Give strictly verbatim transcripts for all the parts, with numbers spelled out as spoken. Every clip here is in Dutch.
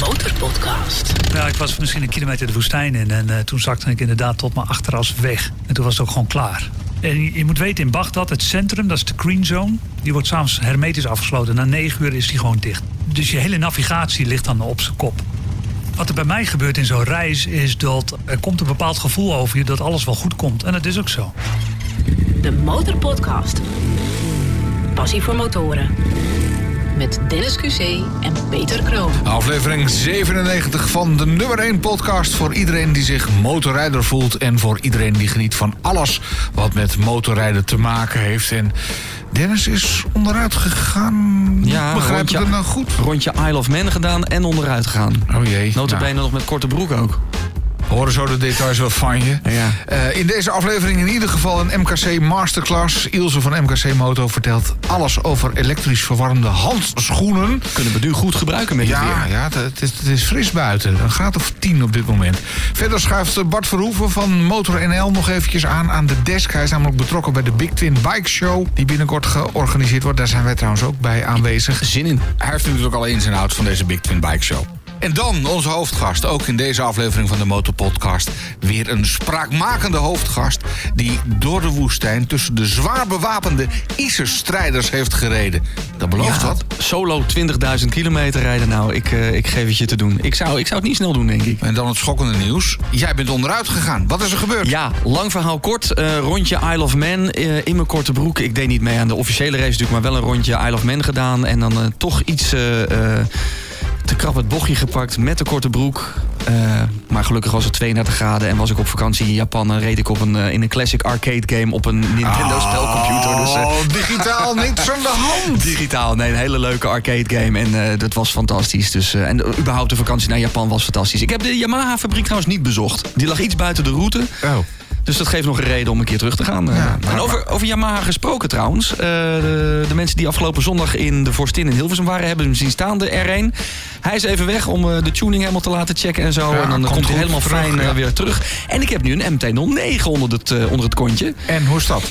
Motorpodcast. Ja, ik was misschien een kilometer de woestijn in en uh, toen zakte ik inderdaad tot mijn achteras weg. En toen was het ook gewoon klaar. En je, je moet weten, in Bagdad, het centrum, dat is de green zone. Die wordt 's avonds hermetisch afgesloten. Na negen uur is die gewoon dicht. Dus je hele navigatie ligt dan op zijn kop. Wat er bij mij gebeurt in zo'n reis is dat er komt een bepaald gevoel over je dat alles wel goed komt. En dat is ook zo. De Motorpodcast. Passie voor motoren. Met Dennis Q C en Peter Kroon. Aflevering zevenennegentig van de nummer één podcast voor iedereen die zich motorrijder voelt. En voor iedereen die geniet van alles wat met motorrijden te maken heeft. En Dennis is onderuit gegaan. Ja, begrijp rondje, ik het nou goed? Rondje Isle of Man gedaan en onderuit gegaan. Oh jee. Notabene nou. nog met korte broek ook. Horen zo de details wel van je. Ja. Uh, in deze aflevering in ieder geval een M K C Masterclass. Ilse van M K C Moto vertelt alles over elektrisch verwarmde handschoenen. Kunnen we nu goed gebruiken met dit ja, weer. Ja, het is, het is fris buiten. Een graad of tien op dit moment. Verder schuift Bart Verhoeven van Motor N L nog eventjes aan aan de desk. Hij is namelijk betrokken bij de Big Twin Bike Show, die binnenkort georganiseerd wordt. Daar zijn wij trouwens ook bij aanwezig. Zin in. Hij heeft natuurlijk alle ins en outs van deze Big Twin Bike Show. En dan onze hoofdgast, ook in deze aflevering van de Motorpodcast. Weer een spraakmakende hoofdgast die door de woestijn tussen de zwaar bewapende ISIS-strijders heeft gereden. Dat belooft Ja, wat. Solo twintigduizend kilometer rijden. Nou, ik, uh, ik geef het je te doen. Ik zou, ik zou het niet snel doen, denk ik. En dan het schokkende nieuws. Jij bent onderuit gegaan. Wat is er gebeurd? Ja, lang verhaal kort. Uh, rondje Isle of Man uh, in mijn korte broek. Ik deed niet mee aan de officiële race natuurlijk, maar wel een rondje Isle of Man gedaan. En dan uh, toch iets... Uh, uh, te krap het bochtje gepakt met de korte broek. Uh, maar gelukkig was het tweeëndertig graden en was ik op vakantie in Japan. En reed ik op een, uh, in een classic arcade game op een Nintendo spelcomputer. Oh, dus, uh, digitaal niks aan de hand. Digitaal, nee, een hele leuke arcade game. En uh, dat was fantastisch. Dus, uh, en uh, überhaupt de vakantie naar Japan was fantastisch. Ik heb de Yamaha-fabriek trouwens niet bezocht. Die lag iets buiten de route. Oh. Dus dat geeft nog een reden om een keer terug te gaan. Ja, en over, over Yamaha gesproken trouwens. Uh, de, de mensen die afgelopen zondag in de Vorstin in Hilversum waren, hebben hem zien staan, de R één. Hij is even weg om uh, de tuning helemaal te laten checken en zo. Ja, en dan komt komt hij goed helemaal terug, fijn uh, ja. weer terug. En ik heb nu een M T nul negen onder het, uh, onder het kontje. En hoe is dat?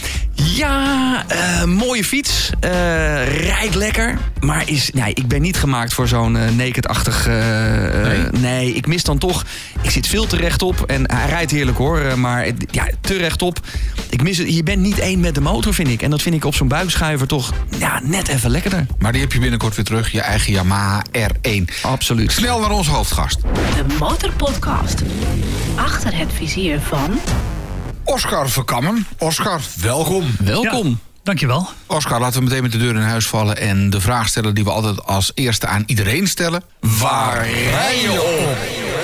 Ja, uh, mooie fiets. Uh, rijdt lekker. Maar is, nee, ik ben niet gemaakt voor zo'n uh, naked-achtig... Uh, nee? Uh, nee, ik mis dan toch... Ik zit veel te rechtop. En hij rijdt heerlijk hoor. Uh, maar ja, te rechtop. Ik mis het. Je bent niet één met de motor, vind ik. En dat vind ik op zo'n buikschuiver toch ja, net even lekkerder. Maar die heb je binnenkort weer terug. Je eigen Yamaha R één. Absoluut. Snel naar onze hoofdgast. De Motorpodcast. Achter het vizier van... Oscar Verkammen. Oscar, welkom. Welkom. Ja, dankjewel. Oscar, laten we meteen met de deur in huis vallen en de vraag stellen die we altijd als eerste aan iedereen stellen. Waar rij je op?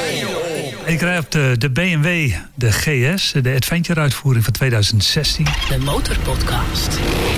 Ik rijd op de, de B M W, de G S, de Adventure-uitvoering van tweeduizend zestien. De Motorpodcast.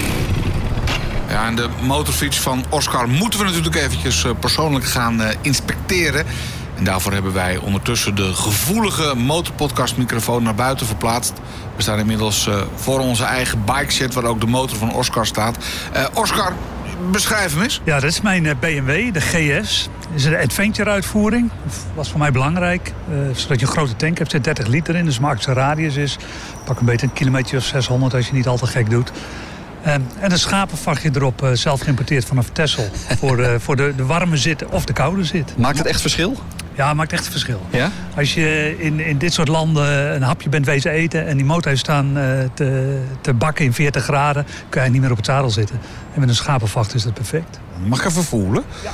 Ja, en de motorfiets van Oscar moeten we natuurlijk eventjes persoonlijk gaan uh, inspecteren. En daarvoor hebben wij ondertussen de gevoelige Motorpodcast-microfoon naar buiten verplaatst. We staan inmiddels uh, voor onze eigen bikeset, waar ook de motor van Oscar staat. Uh, Oscar, beschrijf hem eens. Ja, dat is mijn B M W, de G S. Dat is een Adventure-uitvoering. Dat was voor mij belangrijk, uh, zodat je een grote tank hebt. Er zit dertig liter in, dus de makkelijkste radius is. Pak een beetje een kilometer of zeshonderd als je niet al te gek doet. Uh, en een schapenvachtje erop, uh, zelf geïmporteerd vanaf Texel. voor uh, voor de, de warme zit of de koude zit. Maakt het echt verschil? Ja, het maakt echt een verschil. Ja? Als je in, in dit soort landen een hapje bent wezen eten en die motor heeft staan uh, te, te bakken in veertig graden, kun je niet meer op het zadel zitten. En met een schapenvacht is dat perfect. Mag ik even voelen? Ja.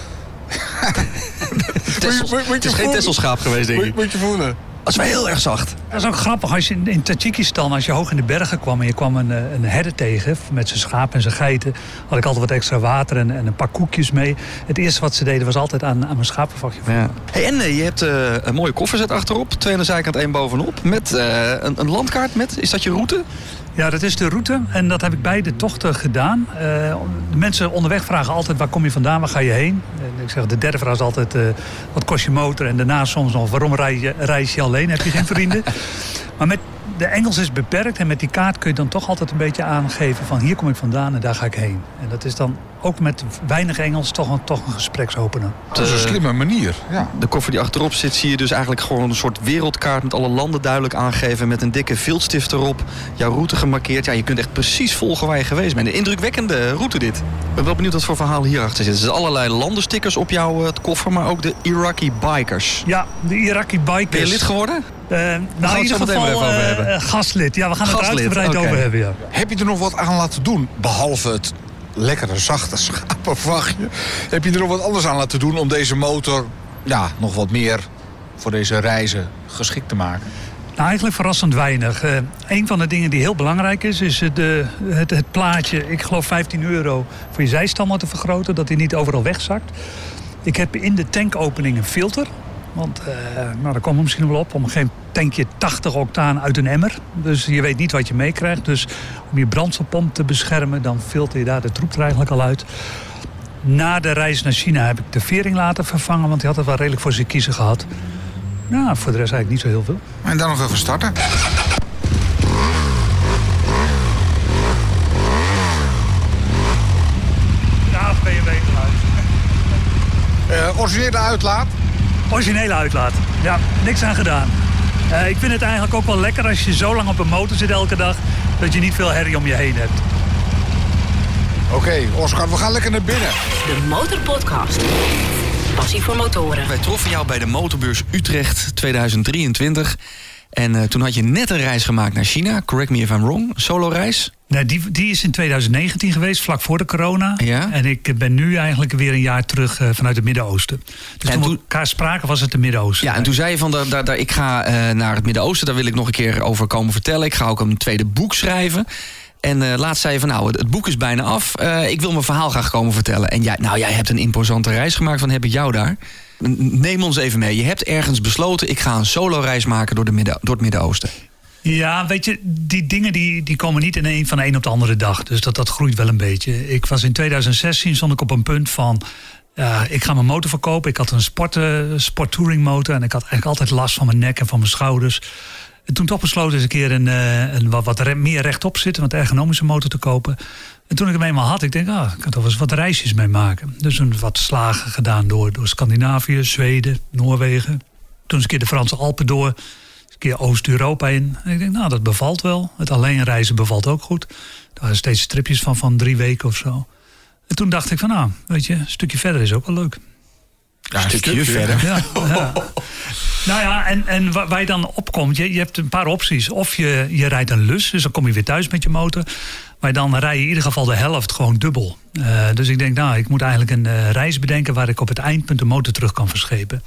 Tessels, het is geen Tesselschaap geweest, denk ik. Moet je voelen? Dat is wel heel erg zacht. Dat is ook grappig. Als je in, in Tajikistan, als je hoog in de bergen kwam en je kwam een, een herder tegen met zijn schapen en zijn geiten, had ik altijd wat extra water en, en een paar koekjes mee. Het eerste wat ze deden was altijd aan, aan mijn schapenvachtje. Ja. Hey, en uh, je hebt uh, een mooie kofferzet achterop, twee aan de zijkant, één bovenop, met uh, een, een landkaart met. Is dat je route? Ja, dat is de route en dat heb ik bij de tochten gedaan. Uh, de mensen onderweg vragen altijd waar kom je vandaan, waar ga je heen? En ik zeg, de derde vraag is altijd uh, wat kost je motor? En daarna soms nog waarom rij je, reis je alleen, heb je geen vrienden? Maar met de Engels is beperkt en met die kaart kun je dan toch altijd een beetje aangeven van hier kom ik vandaan en daar ga ik heen. En dat is dan ook met weinig Engels toch een, toch een gespreksopener. Dat is een slimme manier. Ja. De koffer die achterop zit zie je dus eigenlijk gewoon een soort wereldkaart met alle landen duidelijk aangeven. Met een dikke viltstift erop. Jouw route gemarkeerd. Ja, je kunt echt precies volgen waar je geweest bent. Een indrukwekkende route dit. Ik ben wel benieuwd wat voor verhaal hierachter zit. Er zitten allerlei landenstickers op jouw uh, koffer, maar ook de Iraqi Bikers. Ja, de Iraqi Bikers. Ben je lid geworden? Uh, nou, in ieder geval uh, uh, gastlid. Ja, we gaan gastlid. het er uitgebreid okay. over hebben. Ja. Heb je er nog wat aan laten doen, behalve het lekkere, zachte schapenvachtje? Heb je er nog wat anders aan laten doen om deze motor ja, nog wat meer voor deze reizen geschikt te maken? Nou, eigenlijk verrassend weinig. Uh, een van de dingen die heel belangrijk is, is de, het, het plaatje. Ik geloof vijftien euro voor je zijstammen te vergroten, dat die niet overal wegzakt. Ik heb in de tankopening een filter. Want uh, nou, daar komen we misschien wel op. Om geen tankje tachtig octaan uit een emmer. Dus je weet niet wat je meekrijgt. Dus om je brandstofpomp te beschermen, dan filter je daar de troep er eigenlijk al uit. Na de reis naar China heb ik de vering laten vervangen. Want die had het wel redelijk voor zijn kiezen gehad. Nou, voor de rest eigenlijk niet zo heel veel. En dan nog even starten. Ja, B M W geluid. Uh, originele uitlaat. Originele uitlaat. Ja, niks aan gedaan. Uh, ik vind het eigenlijk ook wel lekker als je zo lang op een motor zit elke dag, dat je niet veel herrie om je heen hebt. Oké, okay, Oscar, we gaan lekker naar binnen. De Motorpodcast. Passie voor motoren. Wij troffen jou bij de Motorbeurs Utrecht tweeduizend drieëntwintig. En uh, toen had je net een reis gemaakt naar China. Correct me if I'm wrong. Solo reis. Nee, die, die is in tweeduizend negentien geweest, vlak voor de corona. Ja? En ik ben nu eigenlijk weer een jaar terug uh, vanuit het Midden-Oosten. Dus en toen we elkaar spraken was het het Midden-Oosten. Ja, en toen zei je van, daar, daar, daar, ik ga uh, naar het Midden-Oosten. Daar wil ik nog een keer over komen vertellen. Ik ga ook een tweede boek schrijven. En uh, laatst zei je van, nou, het, het boek is bijna af. Uh, ik wil mijn verhaal graag komen vertellen. En jij, nou, jij hebt een imposante reis gemaakt. Van heb ik jou daar? Neem ons even mee. Je hebt ergens besloten, ik ga een solo-reis maken door, de midden, door het Midden-Oosten. Ja, weet je, die dingen die, die komen niet in een, van de een op de andere dag. Dus dat, dat groeit wel een beetje. Ik was in tweeduizend zestien, stond ik op een punt van, Uh, ik ga mijn motor verkopen. Ik had een sport, uh, sport touring motor. En ik had eigenlijk altijd last van mijn nek en van mijn schouders. En toen toch besloten eens een keer een, uh, een wat, wat re- meer rechtop zitten. Wat ergonomische motor te kopen. En toen ik hem eenmaal had, ik denk, ah, ik kan toch wel eens wat reisjes mee maken. Dus een wat slagen gedaan door, door Scandinavië, Zweden, Noorwegen. Toen eens een keer de Franse Alpen door. Een keer Oost-Europa in. En ik denk, nou, dat bevalt wel. Het alleen reizen bevalt ook goed. Er waren steeds stripjes van, van drie weken of zo. En toen dacht ik van, nou, weet je, een stukje verder is ook wel leuk. Ja, een stukje, stukje verder. Ja, ja. Nou ja, en, en waar, waar je dan opkomt, je, je hebt een paar opties. Of je, je rijdt een lus, dus dan kom je weer thuis met je motor. Maar dan rij je in ieder geval de helft gewoon dubbel. Uh, dus ik denk, nou, ik moet eigenlijk een uh, reis bedenken waar ik op het eindpunt de motor terug kan verschepen.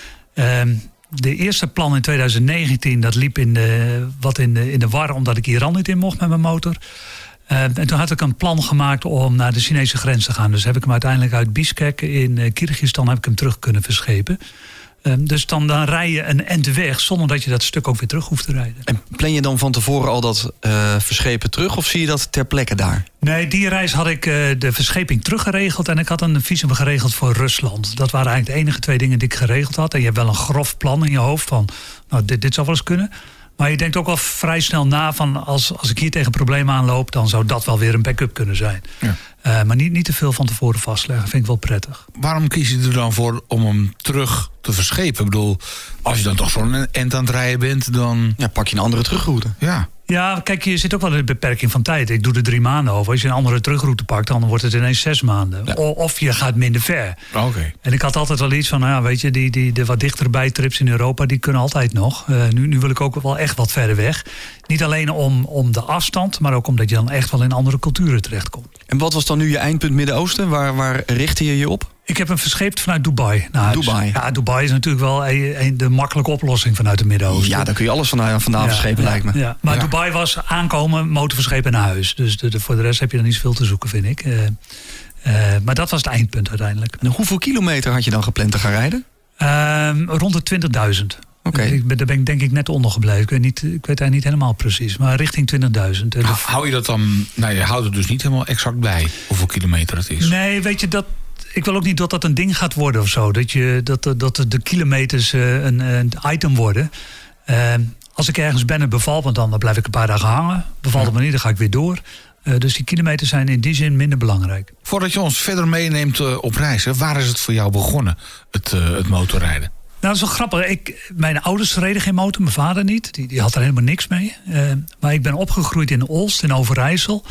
Uh, de eerste plan in tweeduizend negentien, dat liep in de, wat in de, in de war, omdat ik Iran niet in mocht met mijn motor. Uh, en toen had ik een plan gemaakt om naar de Chinese grens te gaan. Dus heb ik hem uiteindelijk uit Bishkek in uh, Kyrgyzstan heb ik hem terug kunnen verschepen. Uh, dus dan, dan rij je een end weg zonder dat je dat stuk ook weer terug hoeft te rijden. En plan je dan van tevoren al dat uh, verschepen terug of zie je dat ter plekke daar? Nee, die reis had ik uh, de verscheping teruggeregeld en ik had een visum geregeld voor Rusland. Dat waren eigenlijk de enige twee dingen die ik geregeld had. En je hebt wel een grof plan in je hoofd van, nou, dit, dit zou wel eens kunnen. Maar je denkt ook wel vrij snel na van als, als ik hier tegen problemen aanloop, dan zou dat wel weer een backup kunnen zijn. Ja. Uh, maar niet, niet te veel van tevoren vastleggen, vind ik wel prettig. Waarom kies je er dan voor om hem terug te verschepen? Ik bedoel, als je dan toch zo'n end aan het rijden bent, dan... Ja, pak je een andere terugroute. Ja. Ja, kijk, je zit ook wel in de beperking van tijd. Ik doe er drie maanden over. Als je een andere terugroute pakt, dan wordt het ineens zes maanden. Ja. Of je gaat minder ver. Oké. Okay. En ik had altijd wel iets van, nou ja, weet je, die, die, de wat dichterbij trips in Europa, die kunnen altijd nog. Uh, nu, nu wil ik ook wel echt wat verder weg. Niet alleen om, om de afstand, maar ook omdat je dan echt wel in andere culturen terechtkomt. En wat was dan nu je eindpunt Midden-Oosten? Waar, waar richtte je je op? Ik heb hem verscheept vanuit Dubai naar huis. Dubai. Ja, Dubai is natuurlijk wel een, een, de makkelijke oplossing vanuit het Midden-Oosten. Ja, daar kun je alles vandaan, vandaan ja, verschepen, ja, lijkt me. Ja. Maar ja. Dubai was aankomen, motor verschepen naar huis. Dus de, de, voor de rest heb je er niet zoveel te zoeken, vind ik. Uh, uh, maar dat was het eindpunt uiteindelijk. En hoeveel kilometer had je dan gepland te gaan rijden? Uh, rond de twintigduizend. Oké. Okay. Daar ben ik denk ik net onder gebleven. Ik weet, niet, ik weet eigenlijk niet helemaal precies. Maar richting twintigduizend. Nou, hou je dat dan... Nou, je houdt het dus niet helemaal exact bij hoeveel kilometer het is. Nee, weet je, dat... Ik wil ook niet dat dat een ding gaat worden of zo. Dat, je, dat, dat de kilometers uh, een, een item worden. Uh, als ik ergens ben en bevalt me dan, dan blijf ik een paar dagen hangen. Bevalt het me niet, dan ga ik weer door. Uh, dus die kilometers zijn in die zin minder belangrijk. Voordat je ons verder meeneemt uh, op reizen, waar is het voor jou begonnen, het, uh, het motorrijden? Nou, dat is wel grappig. Ik, mijn ouders reden geen motor, mijn vader niet. Die, die had er helemaal niks mee. Uh, maar ik ben opgegroeid in Olst, in Overijssel.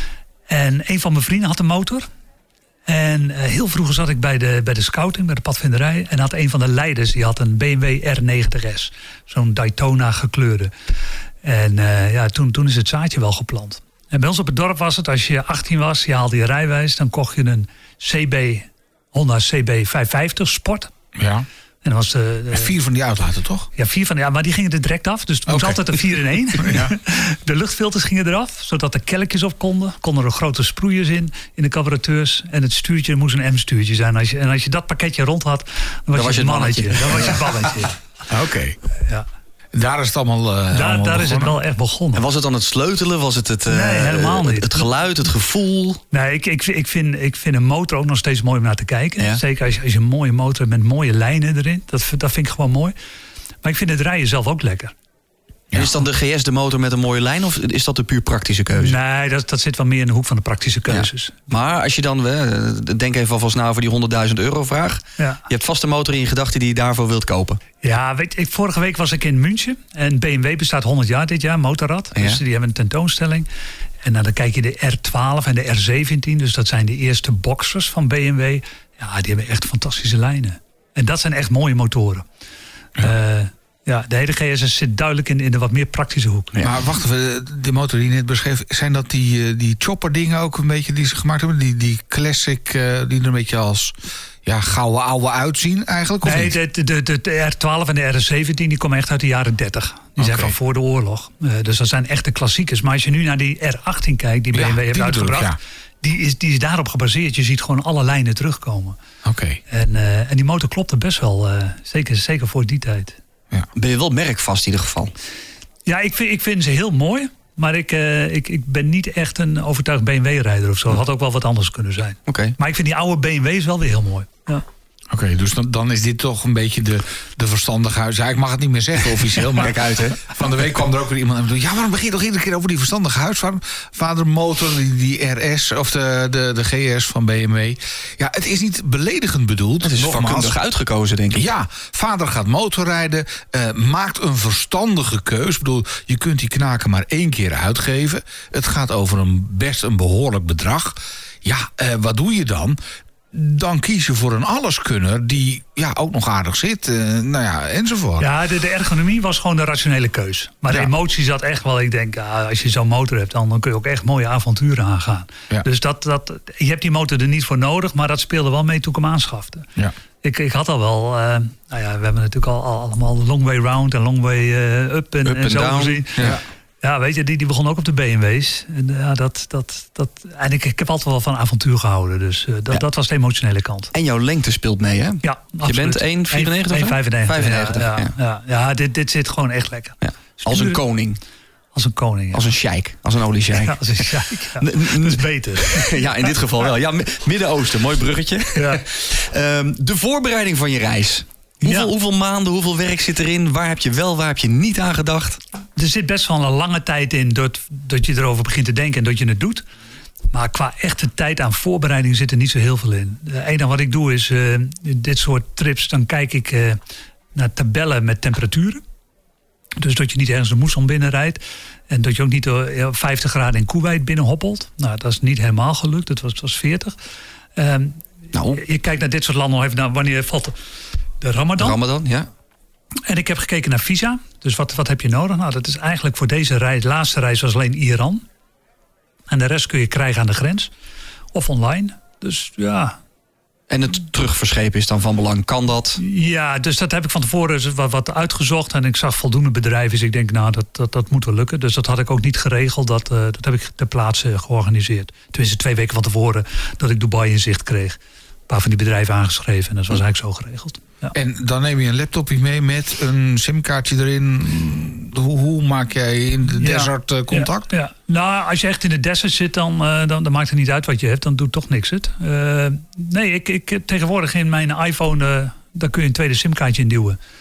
En een van mijn vrienden had een motor. En uh, heel vroeger zat ik bij de, bij de scouting, bij de padvinderij. En had een van de leiders, die had een B M W R negentig S. Zo'n Daytona gekleurde. En uh, ja, toen, toen is het zaadje wel geplant. En bij ons op het dorp was het, als je achttien was, je haalde je rijwijs, dan kocht je een C B, Honda C B vijfhonderdvijftig Sport. Ja. En dan was de, de, vier van die uitlaten, toch? Ja, vier van die, ja, maar die gingen er direct af. Dus het moest okay. altijd een vier in één. Ja. De luchtfilters gingen eraf, zodat de kelkjes op konden. Konden er grote sproeiers in, in de carburateurs. En het stuurtje moest een M-stuurtje zijn. Als je, en als je dat pakketje rond had, dan was, dan je het mannetje. mannetje. Dan was je het mannetje. Oké. Okay. Ja. Daar is het allemaal, uh, daar allemaal daar is het wel echt begonnen. En was het dan het sleutelen? Was het het, uh, nee, helemaal niet. Het, het geluid, het gevoel? Nee, ik, ik, ik, vind, ik vind een motor ook nog steeds mooi om naar te kijken. Ja. Zeker als je, als je een mooie motor hebt met mooie lijnen erin. Dat, dat vind ik gewoon mooi. Maar ik vind het rijden zelf ook lekker. Ja. Is dan de G S de motor met een mooie lijn of is dat de puur praktische keuze? Nee, dat, dat zit wel meer in de hoek van de praktische keuzes. Ja. Maar als je dan, denk even alvast na over die honderdduizend euro vraag. Ja. Je hebt vast een motor in je gedachten die je daarvoor wilt kopen. Ja, weet ik, vorige week was ik in München. En B M W bestaat honderd jaar dit jaar, Motorrad. Ja. Dus die hebben een tentoonstelling. En nou, dan kijk je de R twaalf en de R zeventien. Dus dat zijn de eerste boxers van B M W. Ja, die hebben echt fantastische lijnen. En dat zijn echt mooie motoren. Ja. Uh, Ja, de hele G S S zit duidelijk in, in de wat meer praktische hoek. Ja. Maar wacht even, de motor die je net beschreef, zijn dat die, die chopper dingen ook een beetje die ze gemaakt hebben? Die, die classic, uh, die er een beetje als ja, gouden oude uitzien eigenlijk? Of nee, niet? De, de, de, de R twaalf en de R zeventien die komen echt uit de jaren dertig. Die okay. zijn van voor de oorlog. Uh, dus dat zijn echte klassiekers. Maar als je nu naar die R achttien kijkt, die B M W ja, heeft uitgebracht, ik, ja. die, is, die is daarop gebaseerd. Je ziet gewoon alle lijnen terugkomen. Oké. Okay. En, uh, en die motor klopte best wel, uh, zeker, zeker voor die tijd. Ja. Ben je wel merkvast in ieder geval? Ja, ik vind, ik vind ze heel mooi. Maar ik, uh, ik, ik ben niet echt een overtuigd B M W-rijder of zo. Dat had ook wel wat anders kunnen zijn. Okay. Maar ik vind die oude B M W's wel weer heel mooi. Ja. Oké, okay, dus dan, dan is dit toch een beetje de, de verstandige huis. Ja, ik mag het niet meer zeggen officieel, maar kijk uit, hè. Van de week kwam er ook weer iemand en bedoel, ja, waarom begin je toch iedere keer over die verstandige huisvadermotor, die, die R S of de, de, de G S van B M W. Ja, het is niet beledigend bedoeld. Het is vakkundig uitgekozen, denk ik. Ja, vader gaat motorrijden, uh, maakt een verstandige keus. Ik bedoel, je kunt die knaken maar één keer uitgeven. Het gaat over een best een behoorlijk bedrag. Ja, uh, wat doe je dan? Dan kies je voor een alleskunner die ja, ook nog aardig zit, uh, nou ja, enzovoort. Ja, de, de ergonomie was gewoon de rationele keus. Maar ja. de emotie zat echt wel, ik denk, ah, als je zo'n motor hebt, dan, dan kun je ook echt mooie avonturen aangaan. Ja. Dus dat, dat, je hebt die motor er niet voor nodig, maar dat speelde wel mee toen ik hem aanschafte. Ja. Ik, ik had al wel, uh, nou ja, we hebben natuurlijk al, al allemaal long way round en long way uh, up en, up en zo down. gezien. Ja. Ja, weet je, die, die begon ook op de B M W's. En, ja, dat, dat, dat, en ik, ik heb altijd wel van avontuur gehouden. Dus uh, dat, ja. dat was de emotionele kant. En jouw lengte speelt mee, hè? Ja, absoluut. Je bent één komma vierennegentig? één komma vijfennegentig. Ja, ja, ja. ja dit, dit zit gewoon echt lekker. Ja. Als een koning. Als een koning, ja. Als een sheik. Als een oliesheik. Ja, als een sheik, ja. Dat is beter. Ja, in dit geval wel. Ja, Midden-Oosten, mooi bruggetje. Ja. um, de voorbereiding van je reis. Hoeveel, ja. hoeveel maanden, hoeveel werk zit erin? Waar heb je wel, waar heb je niet aan gedacht? Er zit best wel een lange tijd in dat, dat je erover begint te denken en dat je het doet. Maar qua echte tijd aan voorbereiding zit er niet zo heel veel in. Het enige wat ik doe is, uh, dit soort trips, dan kijk ik uh, naar tabellen met temperaturen. Dus dat je niet ergens de moesson binnenrijdt. En dat je ook niet uh, vijftig graden in Koeweit binnenhoppelt. Nou, dat is niet helemaal gelukt. Dat was, dat was veertig. Um, nou. Je, je kijkt naar dit soort landen nog even naar wanneer valt de Ramadan. Ramadan, ja. En ik heb gekeken naar visa. Dus wat, wat heb je nodig? Nou, dat is eigenlijk voor deze reis, de laatste reis was alleen Iran. En de rest kun je krijgen aan de grens. Of online. Dus ja. En het terugverschepen is dan van belang. Kan dat? Ja, dus dat heb ik van tevoren wat, wat uitgezocht. En ik zag voldoende bedrijven. Dus ik denk, nou, dat, dat, dat moet wel lukken. Dus dat had ik ook niet geregeld. Dat, uh, dat heb ik ter plaatse georganiseerd. Tenminste, twee weken van tevoren dat ik Dubai in zicht kreeg. Een paar van die bedrijven aangeschreven. En dat was eigenlijk zo geregeld. Ja. En dan neem je een laptopje mee met een simkaartje erin. Hoe, hoe maak jij in de ja, desert uh, contact? Ja, ja. Nou, als je echt in de desert zit, dan, uh, dan, dan maakt het niet uit wat je hebt. Dan doet toch niks het. Uh, nee, ik, ik tegenwoordig in mijn iPhone, uh, daar kun je een tweede simkaartje in duwen.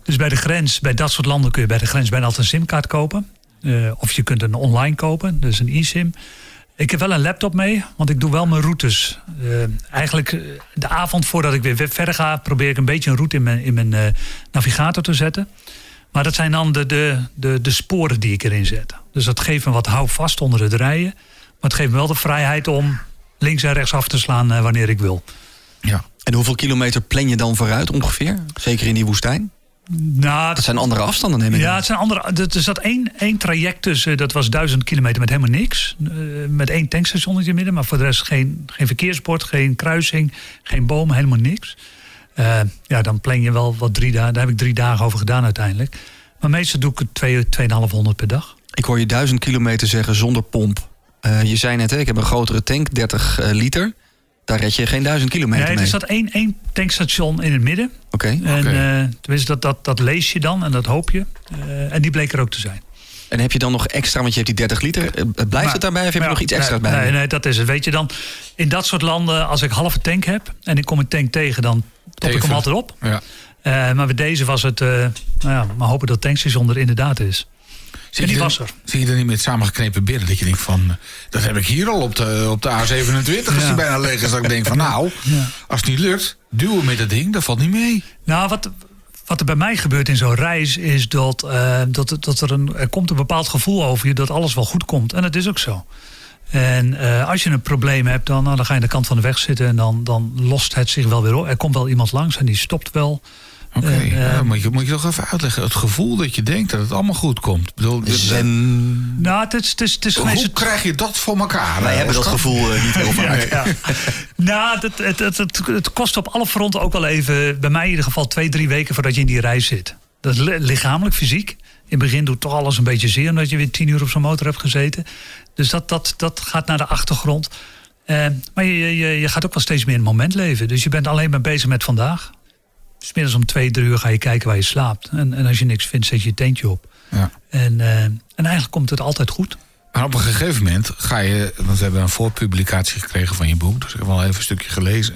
Dus bij de grens, bij dat soort landen kun je bij de grens bijna altijd een simkaart kopen. Uh, of je kunt een online kopen, dus een e-sim. Ik heb wel een laptop mee, want ik doe wel mijn routes. Uh, eigenlijk uh, de avond voordat ik weer verder ga, probeer ik een beetje een route in mijn, in mijn uh, navigator te zetten. Maar dat zijn dan de, de, de, de sporen die ik erin zet. Dus dat geeft me wat houvast onder het rijden. Maar het geeft me wel de vrijheid om links en rechts af te slaan uh, wanneer ik wil. Ja. En hoeveel kilometer plan je dan vooruit ongeveer? Zeker in die woestijn? Nou, dat zijn andere afstanden, neem ik Ja, aan. het zijn andere. Er zat één, één traject tussen, dat was duizend kilometer met helemaal niks. Uh, met één tankstation in het midden, maar voor de rest geen, geen verkeersbord, geen kruising, geen bomen, helemaal niks. Uh, ja, dan plan je wel wat drie dagen. Daar heb ik drie dagen over gedaan uiteindelijk. Maar meestal doe ik het twee, tweeënhalfhonderd per dag. Ik hoor je duizend kilometer zeggen zonder pomp. Uh, je zei net, hè, ik heb een grotere tank, dertig uh, liter. Daar red je geen duizend kilometer nee, mee. Er zat één, één tankstation in het midden. Oké. En okay. uh, tenminste, dat, dat, dat lees je dan en dat hoop je. Uh, en die bleek er ook te zijn. En heb je dan nog extra, want je hebt die dertig liter. Blijft maar, het daarbij of heb je ja, nog iets extra's nee, bij? Nee, nee, dat is het. Weet je dan, in dat soort landen, als ik halve tank heb en ik kom een tank tegen, dan top ik hem altijd op. Ja. Uh, maar bij deze was het, uh, nou ja, maar hopen dat het tankstation er inderdaad is. Zie je, er, zie je er niet met samengeknepen billen dat je denkt van, dat heb ik hier al op de, op de A zevenentwintig, als ja. die bijna leeg is. Dat ik denk van nou, ja. als het niet lukt, duwen met dat ding, dat valt niet mee. Nou, wat, wat er bij mij gebeurt in zo'n reis is dat, uh, dat, dat er, een, er komt een bepaald gevoel over je dat alles wel goed komt. En dat is ook zo. En uh, als je een probleem hebt, dan, nou, dan ga je aan de kant van de weg zitten en dan, dan lost het zich wel weer op. Er komt wel iemand langs en die stopt wel. Oké, okay, uh, ja, moet, je, moet je toch even uitleggen. Het gevoel dat je denkt dat het allemaal goed komt. Ik bedoel, Zen... Nou, het is, het is, het is Hoe het... krijg je dat voor elkaar? Wij hebben dat gevoel uh, niet heel vaak. Ja, ja. Nou, het, het, het, het, het kost op alle fronten ook wel even, bij mij in ieder geval twee, drie weken voordat je in die reis zit. Dat is lichamelijk, fysiek. In het begin doet toch alles een beetje zeer omdat je weer tien uur op zo'n motor hebt gezeten. Dus dat, dat, dat gaat naar de achtergrond. Uh, maar je, je, je gaat ook wel steeds meer in het moment leven. Dus je bent alleen maar bezig met vandaag. 'S Middags om twee, drie uur ga je kijken waar je slaapt. En, en als je niks vindt, zet je je tentje op. Ja. En, uh, en eigenlijk komt het altijd goed. Maar op een gegeven moment ga je, want we hebben een voorpublicatie gekregen van je boek, dus ik heb wel even een stukje gelezen.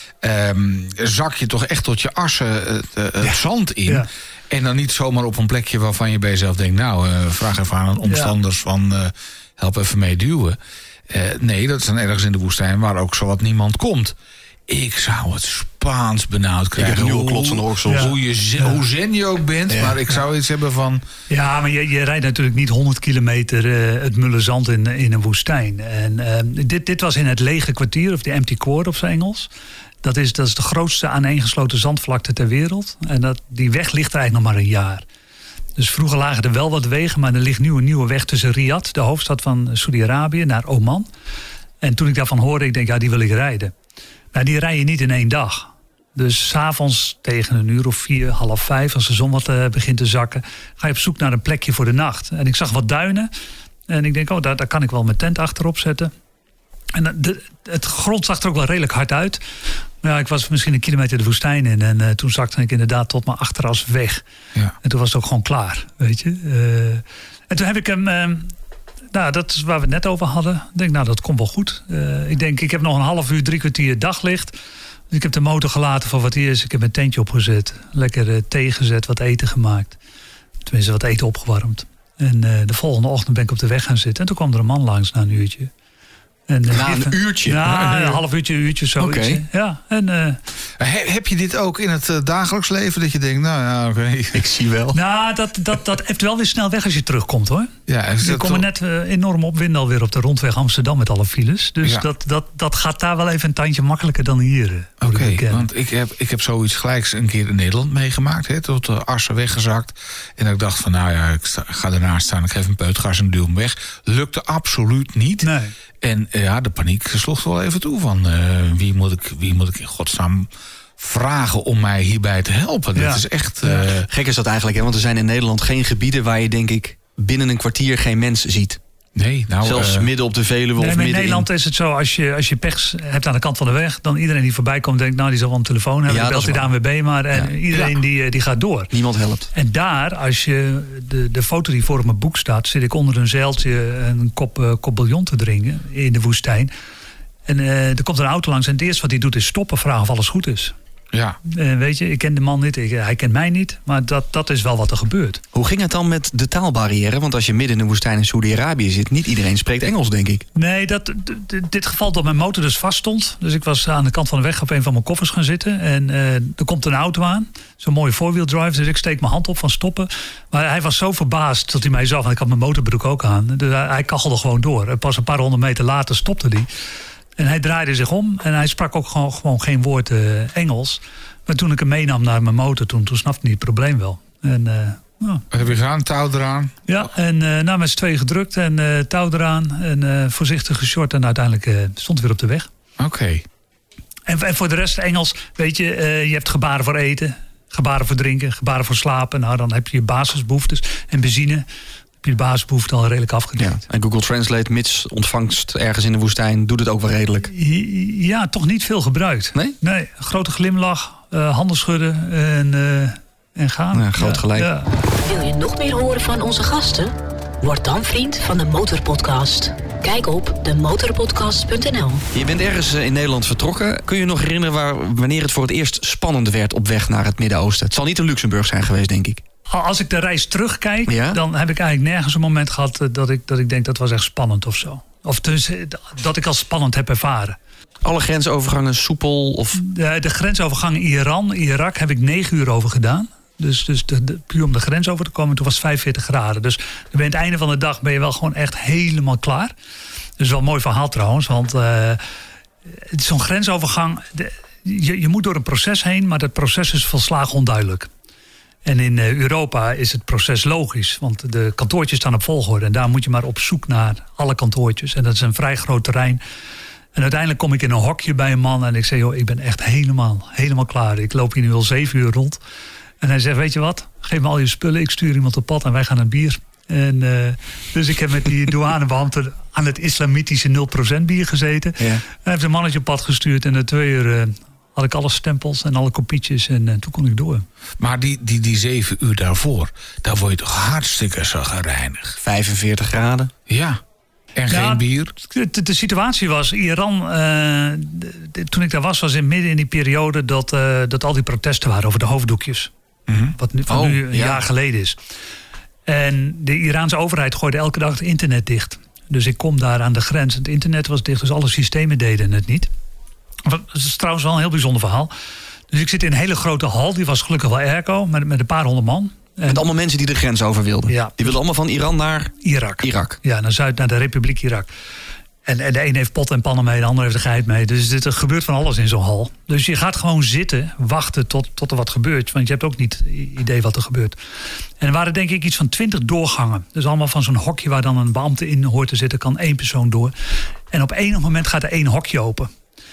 Um, zak je toch echt tot je assen het, het ja. zand in. Ja. En dan niet zomaar op een plekje waarvan je bij jezelf denkt, nou, uh, vraag even aan omstanders ja. van uh, help even mee duwen. Uh, nee, dat is dan ergens in de woestijn waar ook zowat niemand komt. Ik zou het Spaans benauwd krijgen. Ik heb een nieuwe klotsende oksels. Ja. Hoe, je zen, ja. hoe zen je ook bent, ja. maar ik zou iets hebben van... Ja, maar je, je rijdt natuurlijk niet honderd kilometer uh, het mulle zand in, in een woestijn. En uh, dit, dit was in het lege kwartier, of de empty quarter op zijn Engels. Dat is, dat is de grootste aaneengesloten zandvlakte ter wereld. En dat, die weg ligt er eigenlijk nog maar een jaar. Dus vroeger lagen er wel wat wegen, maar er ligt nu een nieuwe weg tussen Riyadh, de hoofdstad van Saudi-Arabië, naar Oman. En toen ik daarvan hoorde, ik denk, ja, die wil ik rijden. Nou, die rij je niet in één dag. Dus 's avonds tegen een uur of vier, half vijf, als de zon wat uh, begint te zakken, ga je op zoek naar een plekje voor de nacht. En ik zag wat duinen. En ik denk, oh, daar, daar kan ik wel mijn tent achterop zetten. En de, het grond zag er ook wel redelijk hard uit. Ja, ik was misschien een kilometer de woestijn in. En uh, toen zakte ik inderdaad tot mijn achteras weg. Ja. En toen was het ook gewoon klaar, weet je. Uh, en toen heb ik hem... Uh, Nou, dat is waar we het net over hadden. Ik denk, nou, dat komt wel goed. Uh, ik denk, ik heb nog een half uur, drie kwartier daglicht. Dus ik heb de motor gelaten voor wat hij is. Ik heb mijn tentje opgezet. Lekker uh, thee gezet, wat eten gemaakt. Tenminste, wat eten opgewarmd. En uh, de volgende ochtend ben ik op de weg gaan zitten. En toen kwam er een man langs na een uurtje. En, uh, na een even, uurtje? Ja, een half uurtje, een uurtje, zoiets. Okay. Ja, en... Uh, He, heb je dit ook in het uh, dagelijks leven? Dat je denkt, nou ja, oké, okay. ik zie wel. Nou, dat, dat, dat heeft wel weer snel weg als je terugkomt, hoor. Ja, je komt net uh, enorm opwinden alweer op de rondweg Amsterdam met alle files. Dus ja. dat, dat, dat gaat daar wel even een tandje makkelijker dan hier. Uh, Oké, okay, want ik heb, ik heb zoiets gelijks een keer in Nederland meegemaakt. Hè, tot de assen weggezakt. En ik dacht van, nou ja, ik sta, ga ernaast staan. Ik geef een peutgas en duw hem weg. Lukte absoluut niet. Nee. En uh, ja, de paniek sloeg wel even toe van uh, wie, moet ik, wie moet ik in godsnaam vragen om mij hierbij te helpen. Ja. Dat is echt... Uh... Ja. Gek is dat eigenlijk, hè? Want er zijn in Nederland geen gebieden waar je, denk ik, binnen een kwartier geen mens ziet. Nee, nou... Zelfs uh... midden op de Veluwe nee, of midden in Nederland is het zo, als je, als je pech hebt aan de kant van de weg, dan iedereen die voorbij komt denkt, nou, die zal wel een telefoon hebben. Ja, dan belt hij de A N W B maar. En ja. iedereen ja. die, die gaat door. Niemand helpt. En daar, als je de, de foto die voor op mijn boek staat, zit ik onder een zeiltje een kop, uh, kop bouillon te drinken in de woestijn. En uh, er komt een auto langs en het eerste wat hij doet is stoppen, vragen of alles goed is. Ja. En weet je, ik ken de man niet, ik, hij kent mij niet. Maar dat, dat is wel wat er gebeurt. Hoe ging het dan met de taalbarrière? Want als je midden in de woestijn in Saoedi-Arabië zit... niet iedereen spreekt Engels, denk ik. Nee, dat, d- d- dit geval dat mijn motor dus vast stond. Dus ik was aan de kant van de weg op een van mijn koffers gaan zitten. En uh, er komt een auto aan. Zo'n mooie four-wheel drive. Dus ik steek mijn hand op van stoppen. Maar hij was zo verbaasd dat hij mij zag. Want ik had mijn motorbroek ook aan. Dus hij, hij kachelde gewoon door. En pas een paar honderd meter later stopte hij. En hij draaide zich om. En hij sprak ook gewoon, gewoon geen woord uh, Engels. Maar toen ik hem meenam naar mijn motor, toen, toen snapte hij het probleem wel. En, uh, nou. Wat heb je gedaan? Touw eraan? Ja, en uh, nou, met z'n tweeën gedrukt en uh, touw eraan. En uh, voorzichtig geshort en uiteindelijk uh, stond hij weer op de weg. Oké. Okay. En, en voor de rest Engels, weet je, uh, je hebt gebaren voor eten, gebaren voor drinken, gebaren voor slapen. Nou, dan heb je je basisbehoeftes en benzine. Heb je de basisbehoefte al redelijk afgedekt. Ja, en Google Translate, mits ontvangst ergens in de woestijn, doet het ook wel redelijk. Ja, toch niet veel gebruikt. Nee? Nee, een grote glimlach, uh, handen schudden en, uh, en gaan. Ja, groot gelijk. Ja. Wil je nog meer horen van onze gasten? Word dan vriend van de Motorpodcast. Kijk op de motorpodcast punt n l. Je bent ergens in Nederland vertrokken. Kun je je nog herinneren waar, wanneer het voor het eerst spannend werd op weg naar het Midden-Oosten? Het zal niet in Luxemburg zijn geweest, denk ik. Als ik de reis terugkijk, ja? dan heb ik eigenlijk nergens een moment gehad dat ik, dat ik denk dat was echt spannend of zo. Of dus, dat ik als spannend heb ervaren. Alle grensovergangen soepel? Of... De, de grensovergang Iran, Irak heb ik negen uur over gedaan. Dus, dus de, de, puur om de grens over te komen, toen was het vijfenveertig graden. Dus bij het einde van de dag ben je wel gewoon echt helemaal klaar. Dat is wel een mooi verhaal trouwens, want uh, zo'n grensovergang, de, je, je moet door een proces heen, maar dat proces is volslagen onduidelijk. En in Europa is het proces logisch, want de kantoortjes staan op volgorde. En daar moet je maar op zoek naar alle kantoortjes. En dat is een vrij groot terrein. En uiteindelijk kom ik in een hokje bij een man en ik zeg, joh, ik ben echt helemaal, helemaal klaar. Ik loop hier nu al zeven uur rond. En hij zegt, weet je wat, geef me al je spullen, ik stuur iemand op pad en wij gaan naar bier. En, uh, dus ik heb met die douanebeambte aan het islamitische nul procent bier gezeten. Ja. Hij heeft een mannetje op pad gestuurd en na twee uur... Uh, had ik alle stempels en alle kopietjes en uh, toen kon ik door. Maar die, die, die zeven uur daarvoor, daar word je toch hartstikke zagrijnig. vijfenveertig graden? Ja, en ja, geen bier? De, de situatie was, Iran, uh, de, de, toen ik daar was, was in midden in die periode dat, uh, dat al die protesten waren over de hoofddoekjes. Mm-hmm. Wat nu, van oh, nu een ja. jaar geleden is. En de Iraanse overheid gooide elke dag het internet dicht. Dus ik kom daar aan de grens. Het internet was dicht, dus alle systemen deden het niet. Dat is trouwens wel een heel bijzonder verhaal. Dus ik zit in een hele grote hal. Die was gelukkig wel airco, met, met een paar honderd man. En met allemaal mensen die de grens over wilden. Ja. Die wilden allemaal van Iran naar Irak. Irak. Ja, naar Zuid, naar de Republiek Irak. En, en de een heeft pot en pannen mee, de ander heeft de geit mee. Dus dit, er gebeurt van alles in zo'n hal. Dus je gaat gewoon zitten, wachten tot, tot er wat gebeurt. Want je hebt ook niet idee wat er gebeurt. En er waren denk ik iets van twintig doorgangen. Dus allemaal van zo'n hokje waar dan een beambte in hoort te zitten, kan één persoon door. En op enig moment gaat er één hokje open.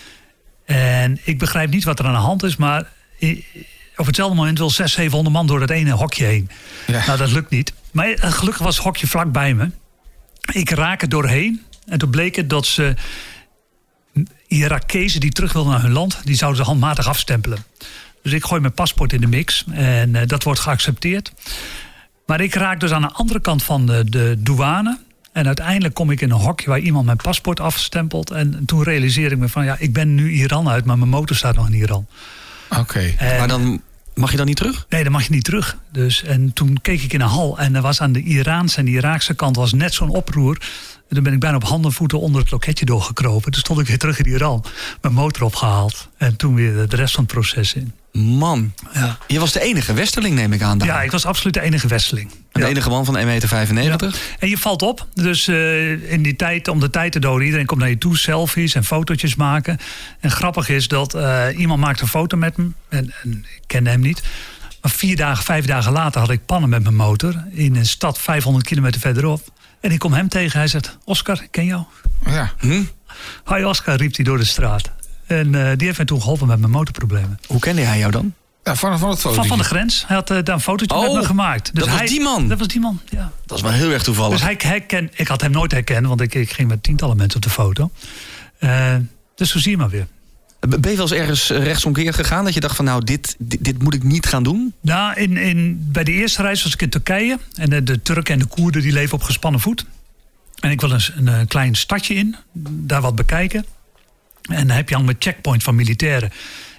En ik begrijp niet wat er aan de hand is, maar op hetzelfde moment wil zes, zevenhonderd man door dat ene hokje heen. Ja. Nou, dat lukt niet. Maar gelukkig was het hokje vlak bij me. Ik raak er doorheen. En toen bleek het dat ze Irakezen die terug wilden naar hun land, die zouden ze handmatig afstempelen. Dus ik gooi mijn paspoort in de mix en uh, dat wordt geaccepteerd. Maar ik raak dus aan de andere kant van de, de douane. En uiteindelijk kom ik in een hokje waar iemand mijn paspoort afstempelt. En toen realiseer ik me van, ja, ik ben nu Iran uit, maar mijn motor staat nog in Iran. Oké. Okay. Maar dan mag je dan niet terug? Nee, dan mag je niet terug. Dus, en toen keek ik in een hal en er was aan de Iraanse en de Iraakse kant was net zo'n oproer. En toen ben ik bijna op handen en voeten onder het loketje doorgekropen. Toen stond ik weer terug in Iran, mijn motor opgehaald. En toen weer de rest van het proces in. Man, ja. Je was de enige westerling, neem ik aan daar. Ja, ik was absoluut de enige westerling. De ja. enige man van één komma vijfennegentig meter. Ja. En je valt op. Dus uh, in die tijd, om de tijd te doden, iedereen komt naar je toe, selfies en fotootjes maken. En grappig is dat uh, iemand maakte een foto met me. En, en ik kende hem niet. Maar vier dagen, vijf dagen later had ik pannen met mijn motor in een stad vijfhonderd kilometer verderop. En ik kom hem tegen. Hij zegt, Oscar, ik ken jou. Ja. Hm? Hi Oscar, riep hij door de straat. En uh, die heeft mij toen geholpen met mijn motorproblemen. Hoe kende hij jou dan? Ja, van, van het fotootje. Van, van de grens. Hij had uh, daar een fotootje oh, met me gemaakt. Dus dat hij, was die man? Dat was die man, ja. Dat is wel heel erg toevallig. Dus hij, hij ken, ik had hem nooit herkend, want ik, ik ging met tientallen mensen op de foto. Uh, dus zo zie je maar weer. Ben je wel eens ergens rechtsomkeerd gegaan? Dat je dacht van nou, dit, dit, dit moet ik niet gaan doen? Nou, in, in, bij de eerste reis was ik in Turkije. En de, de Turken en de Koerden die leven op gespannen voet. En ik wil een, een, een klein stadje in. Daar wat bekijken. En dan heb je al met checkpoint van militairen.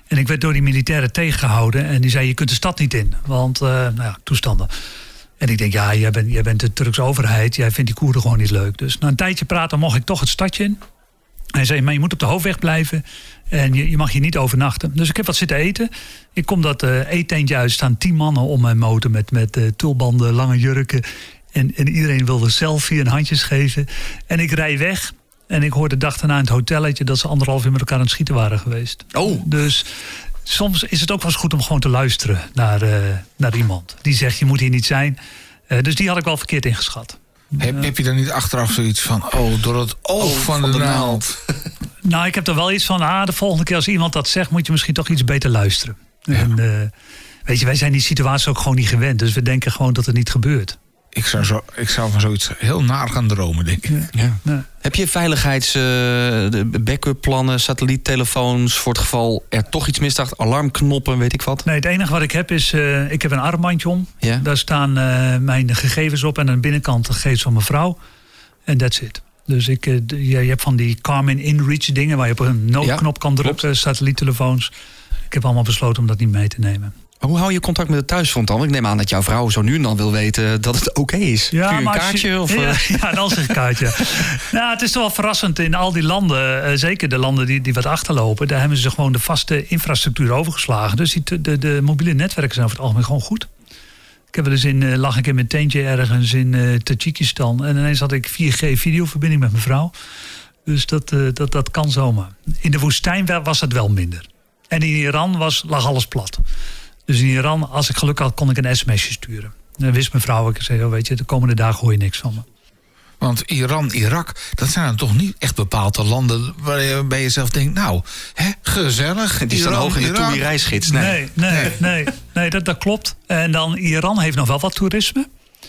En ik werd door die militairen tegengehouden. En die zei, je kunt de stad niet in. Want, uh, nou ja, toestanden. En ik denk, ja, jij bent, jij bent de Turkse overheid. Jij vindt die Koerden gewoon niet leuk. Dus na een tijdje praten mocht ik toch het stadje in. Hij zei, maar je moet op de hoofdweg blijven. En je, je mag hier niet overnachten. Dus ik heb wat zitten eten. Ik kom dat uh, eetentje uit. Staan tien mannen om mijn motor met, met uh, tulbanden, lange jurken. En, en iedereen wilde een selfie en handjes geven. En ik rij weg. En ik hoorde de dag daarna in het hotelletje dat ze anderhalf uur met elkaar aan het schieten waren geweest. Oh. Dus soms is het ook wel eens goed om gewoon te luisteren naar, uh, naar iemand. Die zegt, je moet hier niet zijn. Uh, dus die had ik wel verkeerd ingeschat. Heb, heb je dan niet achteraf zoiets van, oh, door het oog oh, van, van de, de naald? Nou, ik heb er wel iets van, ah, de volgende keer als iemand dat zegt, moet je misschien toch iets beter luisteren. Ja. En, uh, weet je, wij zijn die situatie ook gewoon niet gewend. Dus we denken gewoon dat het niet gebeurt. Ik zou, zo, ik zou van zoiets heel naar gaan dromen, denk ik. Ja. Ja. Ja. Heb je veiligheids uh, backup plannen, satelliettelefoons voor het geval er toch iets misdacht, alarmknoppen, weet ik wat? Nee, het enige wat ik heb is, uh, ik heb een armbandje om. Ja? Daar staan uh, mijn gegevens op en aan de binnenkant de gegevens van mijn vrouw. En that's it. Dus ik, uh, je, je hebt van die Garmin InReach dingen waar je op een noodknop ja, kan drukken, klopt. Satelliettelefoons. Ik heb allemaal besloten om dat niet mee te nemen. Maar hoe hou je contact met het thuisfront dan? Ik neem aan dat jouw vrouw zo nu en dan wil weten dat het oké okay is. Ja, een kaartje? Je, of, ja, ja, een ansichtkaartje. Nou, het is toch wel verrassend in al die landen. Uh, zeker de landen die, die wat achterlopen. Daar hebben ze gewoon de vaste infrastructuur overgeslagen. Dus die, de, de mobiele netwerken zijn over het algemeen gewoon goed. Ik heb wel eens in, uh, lag ik in mijn tentje ergens in uh, Tajikistan. En ineens had ik vier G videoverbinding met mijn vrouw. Dus dat, uh, dat, dat kan zomaar. In de woestijn was het wel minder. En in Iran was, lag alles plat. Dus in Iran, als ik geluk had, kon ik een sms'je sturen. Dan wist mijn vrouw, ik zei, oh, weet je, de komende dagen hoor je niks van me. Want Iran, Irak, dat zijn dan toch niet echt bepaalde landen waar je bij jezelf denkt, nou, hè, gezellig. Die staan hoog in de toeriereisgids. Nee, nee, nee, nee, nee, nee dat, dat klopt. En dan Iran heeft nog wel wat toerisme.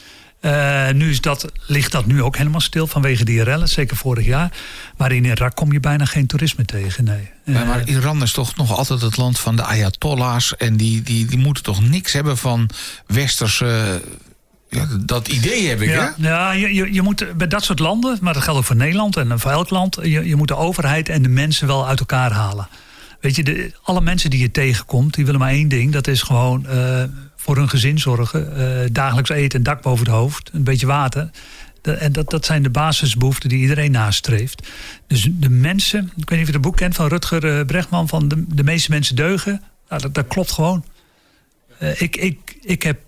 Uh, nu is dat, ligt dat nu ook helemaal stil vanwege die rellen, zeker vorig jaar. Maar in Irak kom je bijna geen toerisme tegen, nee. Maar, maar Iran is toch nog altijd het land van de ayatollahs. En die, die, die moeten toch niks hebben van westerse... Ja, dat idee heb ik, ja, hè? Ja, je, je, je moet bij dat soort landen, maar dat geldt ook voor Nederland en voor elk land... je, je moet de overheid en de mensen wel uit elkaar halen. Weet je, de, alle mensen die je tegenkomt, die willen maar één ding. Dat is gewoon uh, voor hun gezin zorgen. Uh, dagelijks eten, een dak boven het hoofd, een beetje water. De, en dat, dat zijn de basisbehoeften die iedereen nastreeft. Dus de mensen, ik weet niet of je het boek kent van Rutger uh, Bregman... van de, de meeste mensen deugen. Nou, dat, dat klopt gewoon. Uh, ik, ik, ik heb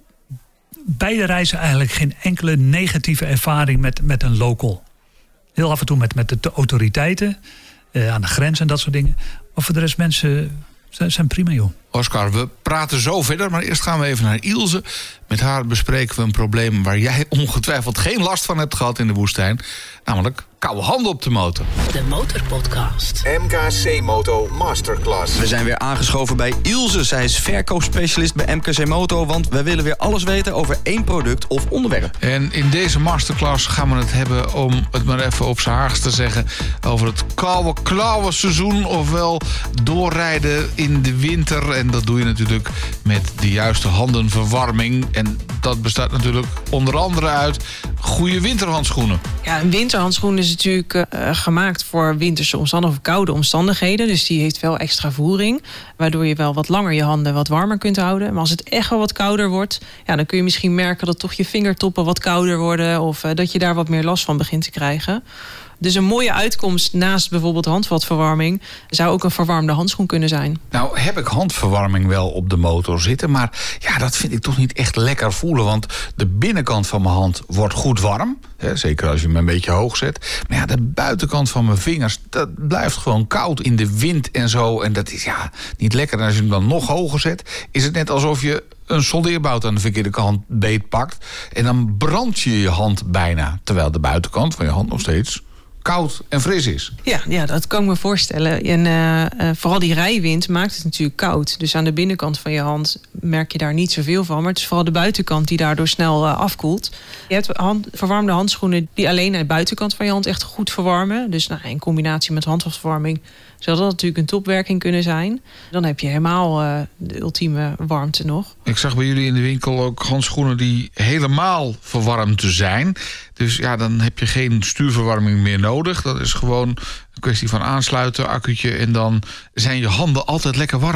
beide reizen eigenlijk geen enkele negatieve ervaring met, met een local. Heel af en toe met, met de autoriteiten... Uh, aan de grens en dat soort dingen. Maar voor de rest mensen zijn, zijn prima, joh. Oscar, we praten zo verder, maar eerst gaan we even naar Ilse. Met haar bespreken we een probleem waar jij ongetwijfeld geen last van hebt gehad in de woestijn. Namelijk koude handen op de motor. De Motorpodcast. M K C Moto Masterclass. We zijn weer aangeschoven bij Ilse. Zij is verkoopspecialist bij M K C Moto. Want wij willen weer alles weten over één product of onderwerp. En in deze masterclass gaan we het hebben, om het maar even op z'n Haags te zeggen, over het koude klauwen seizoen. Ofwel doorrijden in de winter. En dat doe je natuurlijk met de juiste handenverwarming. En dat bestaat natuurlijk onder andere uit goede winterhandschoenen. Ja, een winterhandschoen is natuurlijk uh, gemaakt voor winterse omstandigheden of koude omstandigheden. Dus die heeft wel extra voering. Waardoor je wel wat langer je handen wat warmer kunt houden. Maar als het echt wel wat kouder wordt, ja, dan kun je misschien merken dat toch je vingertoppen wat kouder worden. Of uh, dat je daar wat meer last van begint te krijgen. Dus een mooie uitkomst naast bijvoorbeeld handvatverwarming zou ook een verwarmde handschoen kunnen zijn. Nou heb ik handverwarming wel op de motor zitten, maar ja, dat vind ik toch niet echt lekker voelen. Want de binnenkant van mijn hand wordt goed warm. Hè, zeker als je hem een beetje hoog zet. Maar ja, de buitenkant van mijn vingers, dat blijft gewoon koud in de wind en zo. En dat is ja niet lekker. En als je hem dan nog hoger zet, is het net alsof je een soldeerbout aan de verkeerde kant beetpakt. En dan brand je je hand bijna. Terwijl de buitenkant van je hand nog steeds koud en fris is. Ja, ja, dat kan ik me voorstellen. En uh, uh, vooral die rijwind maakt het natuurlijk koud. Dus aan de binnenkant van je hand merk je daar niet zoveel van. Maar het is vooral de buitenkant die daardoor snel uh, afkoelt. Je hebt hand, verwarmde handschoenen die alleen aan de buitenkant van je hand echt goed verwarmen. Dus nou, in combinatie met handvatverwarming zou dat natuurlijk een topwerking kunnen zijn. Dan heb je helemaal uh, de ultieme warmte nog. Ik zag bij jullie in de winkel ook handschoenen die helemaal verwarmd zijn. Dus ja, dan heb je geen stuurverwarming meer nodig. Dat is gewoon een kwestie van aansluiten, accu'tje, en dan zijn je handen altijd lekker warm.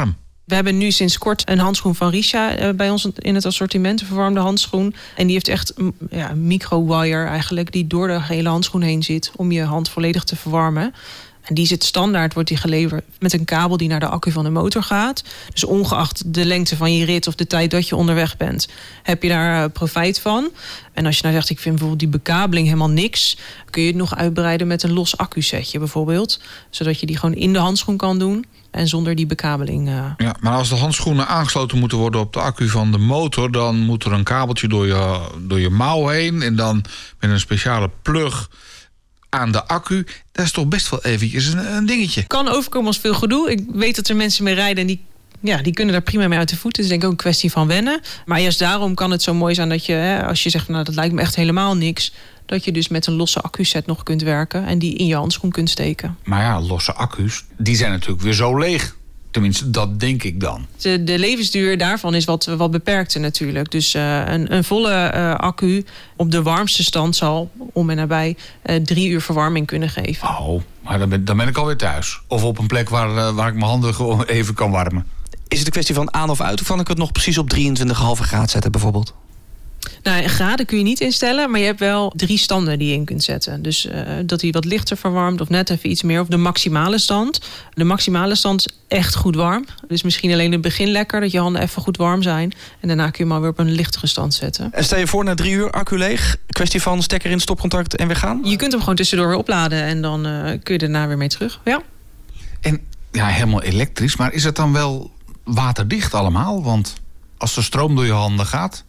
We hebben nu sinds kort een handschoen van Risha bij ons in het assortiment, een verwarmde handschoen. En die heeft echt ja, een micro-wire eigenlijk, die door de hele handschoen heen zit om je hand volledig te verwarmen. En die zit standaard, wordt die geleverd met een kabel die naar de accu van de motor gaat. Dus ongeacht de lengte van je rit of de tijd dat je onderweg bent, heb je daar profijt van. En als je nou zegt, ik vind bijvoorbeeld die bekabeling helemaal niks, kun je het nog uitbreiden met een los accusetje bijvoorbeeld. Zodat je die gewoon in de handschoen kan doen en zonder die bekabeling. Uh... Ja, maar als de handschoenen aangesloten moeten worden op de accu van de motor, dan moet er een kabeltje door je, door je mouw heen en dan met een speciale plug aan de accu. Dat is toch best wel eventjes een, een dingetje. Kan overkomen als veel gedoe. Ik weet dat er mensen mee rijden en die, ja, die kunnen daar prima mee uit de voeten. Het is denk ik ook een kwestie van wennen. Maar juist daarom kan het zo mooi zijn dat je, hè, als je zegt, nou dat lijkt me echt helemaal niks, dat je dus met een losse accuset nog kunt werken en die in je handschoen kunt steken. Maar ja, losse accu's, die zijn natuurlijk weer zo leeg. Tenminste, dat denk ik dan. De, de levensduur daarvan is wat, wat beperkter natuurlijk. Dus uh, een, een volle uh, accu op de warmste stand zal om en nabij uh, drie uur verwarming kunnen geven. Oh, maar dan ben, dan ben ik alweer thuis. Of op een plek waar, uh, waar ik mijn handen gewoon even kan warmen. Is het een kwestie van aan of uit? Of kan ik het nog precies op drieëntwintig komma vijf graden zetten bijvoorbeeld? Nou, graden kun je niet instellen, maar je hebt wel drie standen die je in kunt zetten. Dus uh, dat hij wat lichter verwarmt of net even iets meer. Of de maximale stand. De maximale stand is echt goed warm. Dus misschien alleen in het begin lekker, dat je handen even goed warm zijn. En daarna kun je hem maar weer op een lichtere stand zetten. En stel je voor, na drie uur accu leeg. Kwestie van stekker in, stopcontact en weer gaan? Je kunt hem gewoon tussendoor weer opladen en dan uh, kun je daarna weer mee terug. Ja. En ja, helemaal elektrisch. Maar is het dan wel waterdicht allemaal? Want als de stroom door je handen gaat,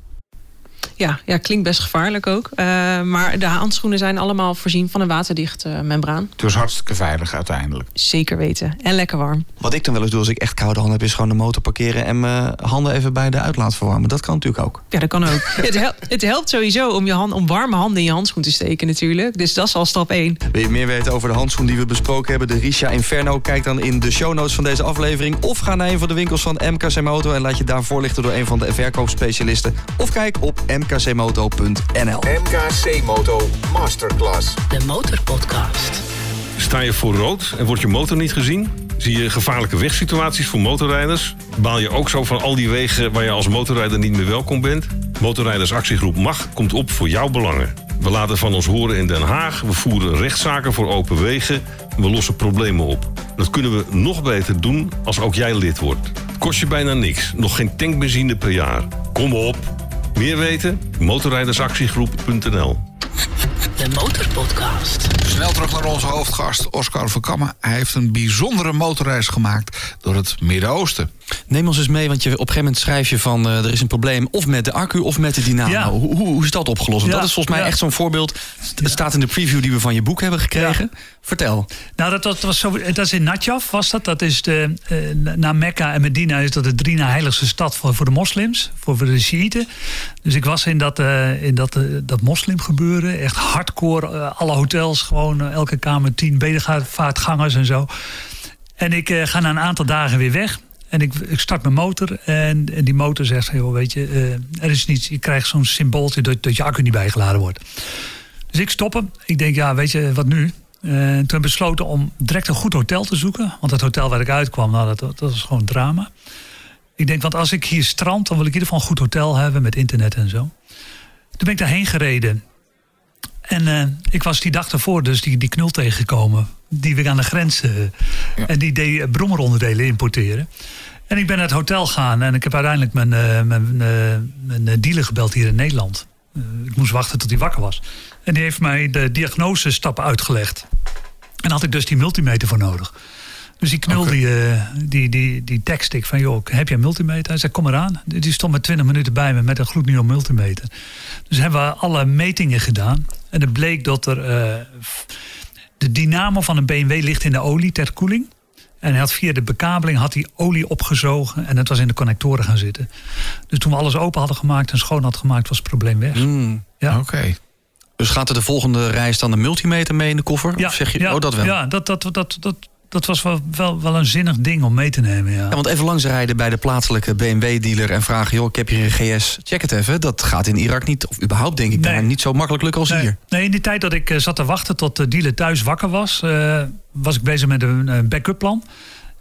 Ja, ja, klinkt best gevaarlijk ook. Uh, maar de handschoenen zijn allemaal voorzien van een waterdicht uh, membraan. Dus hartstikke veilig uiteindelijk. Zeker weten. En lekker warm. Wat ik dan wel eens doe als ik echt koude handen heb, is gewoon de motor parkeren en mijn handen even bij de uitlaat verwarmen. Dat kan natuurlijk ook. Ja, dat kan ook. het, helpt, het helpt sowieso om, je hand, om warme handen in je handschoen te steken natuurlijk. Dus dat is al stap één. Wil je meer weten over de handschoen die we besproken hebben, de Risha Inferno? Kijk dan in de show notes van deze aflevering. Of ga naar een van de winkels van M K C Moto en laat je daar voorlichten door een van de verkoopspecialisten. Of kijk op m k c moto punt n l. M K C Moto Masterclass. De Motorpodcast. Sta je voor rood en wordt je motor niet gezien? Zie je gevaarlijke wegsituaties voor motorrijders? Baal je ook zo van al die wegen waar je als motorrijder niet meer welkom bent? Motorrijdersactiegroep M A G komt op voor jouw belangen. We laten van ons horen in Den Haag, we voeren rechtszaken voor open wegen en we lossen problemen op. Dat kunnen we nog beter doen als ook jij lid wordt. Kost je bijna niks, nog geen tankbenzine per jaar. Kom op! Meer weten? motorrijdersactiegroep punt n l. De Motorpodcast. Snel terug naar onze hoofdgast, Oscar Verkammen. Hij heeft een bijzondere motorreis gemaakt door het Midden-Oosten. Neem ons eens mee, want je, op een gegeven moment schrijf je van uh, er is een probleem of met de accu of met de dynamo. Ja. Hoe, hoe, hoe is dat opgelost? Want Ja, dat is volgens mij ja. echt zo'n voorbeeld. Het staat in de preview die we van je boek hebben gekregen. Ja. Vertel. Nou, dat, dat, was zo, dat is in Najaf, was dat. Dat is de, uh, na Mekka en Medina is dat de drie na heiligste stad voor, voor de moslims. Voor, voor de Shiiten. Dus ik was in dat, uh, in dat, uh, dat moslimgebeuren. Echt hardcore. Uh, alle hotels, gewoon uh, elke kamer tien bedevaartgangers en zo. En ik uh, ga na een aantal dagen weer weg. En ik, ik start mijn motor. En, en die motor zegt, joh, weet je, uh, er is niets. Je krijgt zo'n symbooltje dat, dat je accu niet bijgeladen wordt. Dus ik stop hem. Ik denk, ja, weet je, wat nu? Uh, toen heb ik besloten om direct een goed hotel te zoeken. Want het hotel waar ik uitkwam, nou, dat, dat was gewoon drama. Ik denk, want als ik hier strand, dan wil ik in ieder geval een goed hotel hebben met internet en zo. Toen ben ik daarheen gereden. En uh, ik was die dag ervoor dus die, die knul tegengekomen. Die we aan de grens. Uh, ja. En die deed brommeronderdelen importeren. En ik ben naar het hotel gaan. En ik heb uiteindelijk mijn, uh, mijn, uh, mijn dealer gebeld hier in Nederland. Uh, ik moest wachten tot hij wakker was. En die heeft mij de diagnosestappen uitgelegd. En had ik dus die multimeter voor nodig. Dus die knul, okay. die, uh, die, die, die tekst ik van, joh, heb je een multimeter? Hij zei, kom eraan. Die stond met twintig minuten bij me met een gloednieuwe multimeter. Dus hebben we alle metingen gedaan. En het bleek dat er uh, de dynamo van een B M W ligt in de olie ter koeling. En hij had via de bekabeling had hij olie opgezogen. En het was in de connectoren gaan zitten. Dus toen we alles open hadden gemaakt en schoon hadden gemaakt, was het probleem weg. Mm, ja. Oké. Okay. Dus gaat er de volgende reis dan een multimeter mee in de koffer? Ja, of zeg je, ja, oh, dat wel? Ja, dat, dat, dat, dat, dat was wel, wel, wel een zinnig ding om mee te nemen. Ja. Ja, want even langsrijden bij de plaatselijke B M W-dealer en vragen, joh, ik heb hier een G S, check het even. Dat gaat in Irak niet, of überhaupt denk ik, nee. daar niet zo makkelijk lukken als nee. hier. Nee, in die tijd dat ik uh, zat te wachten tot de dealer thuis wakker was, uh, was ik bezig met een uh, backup plan.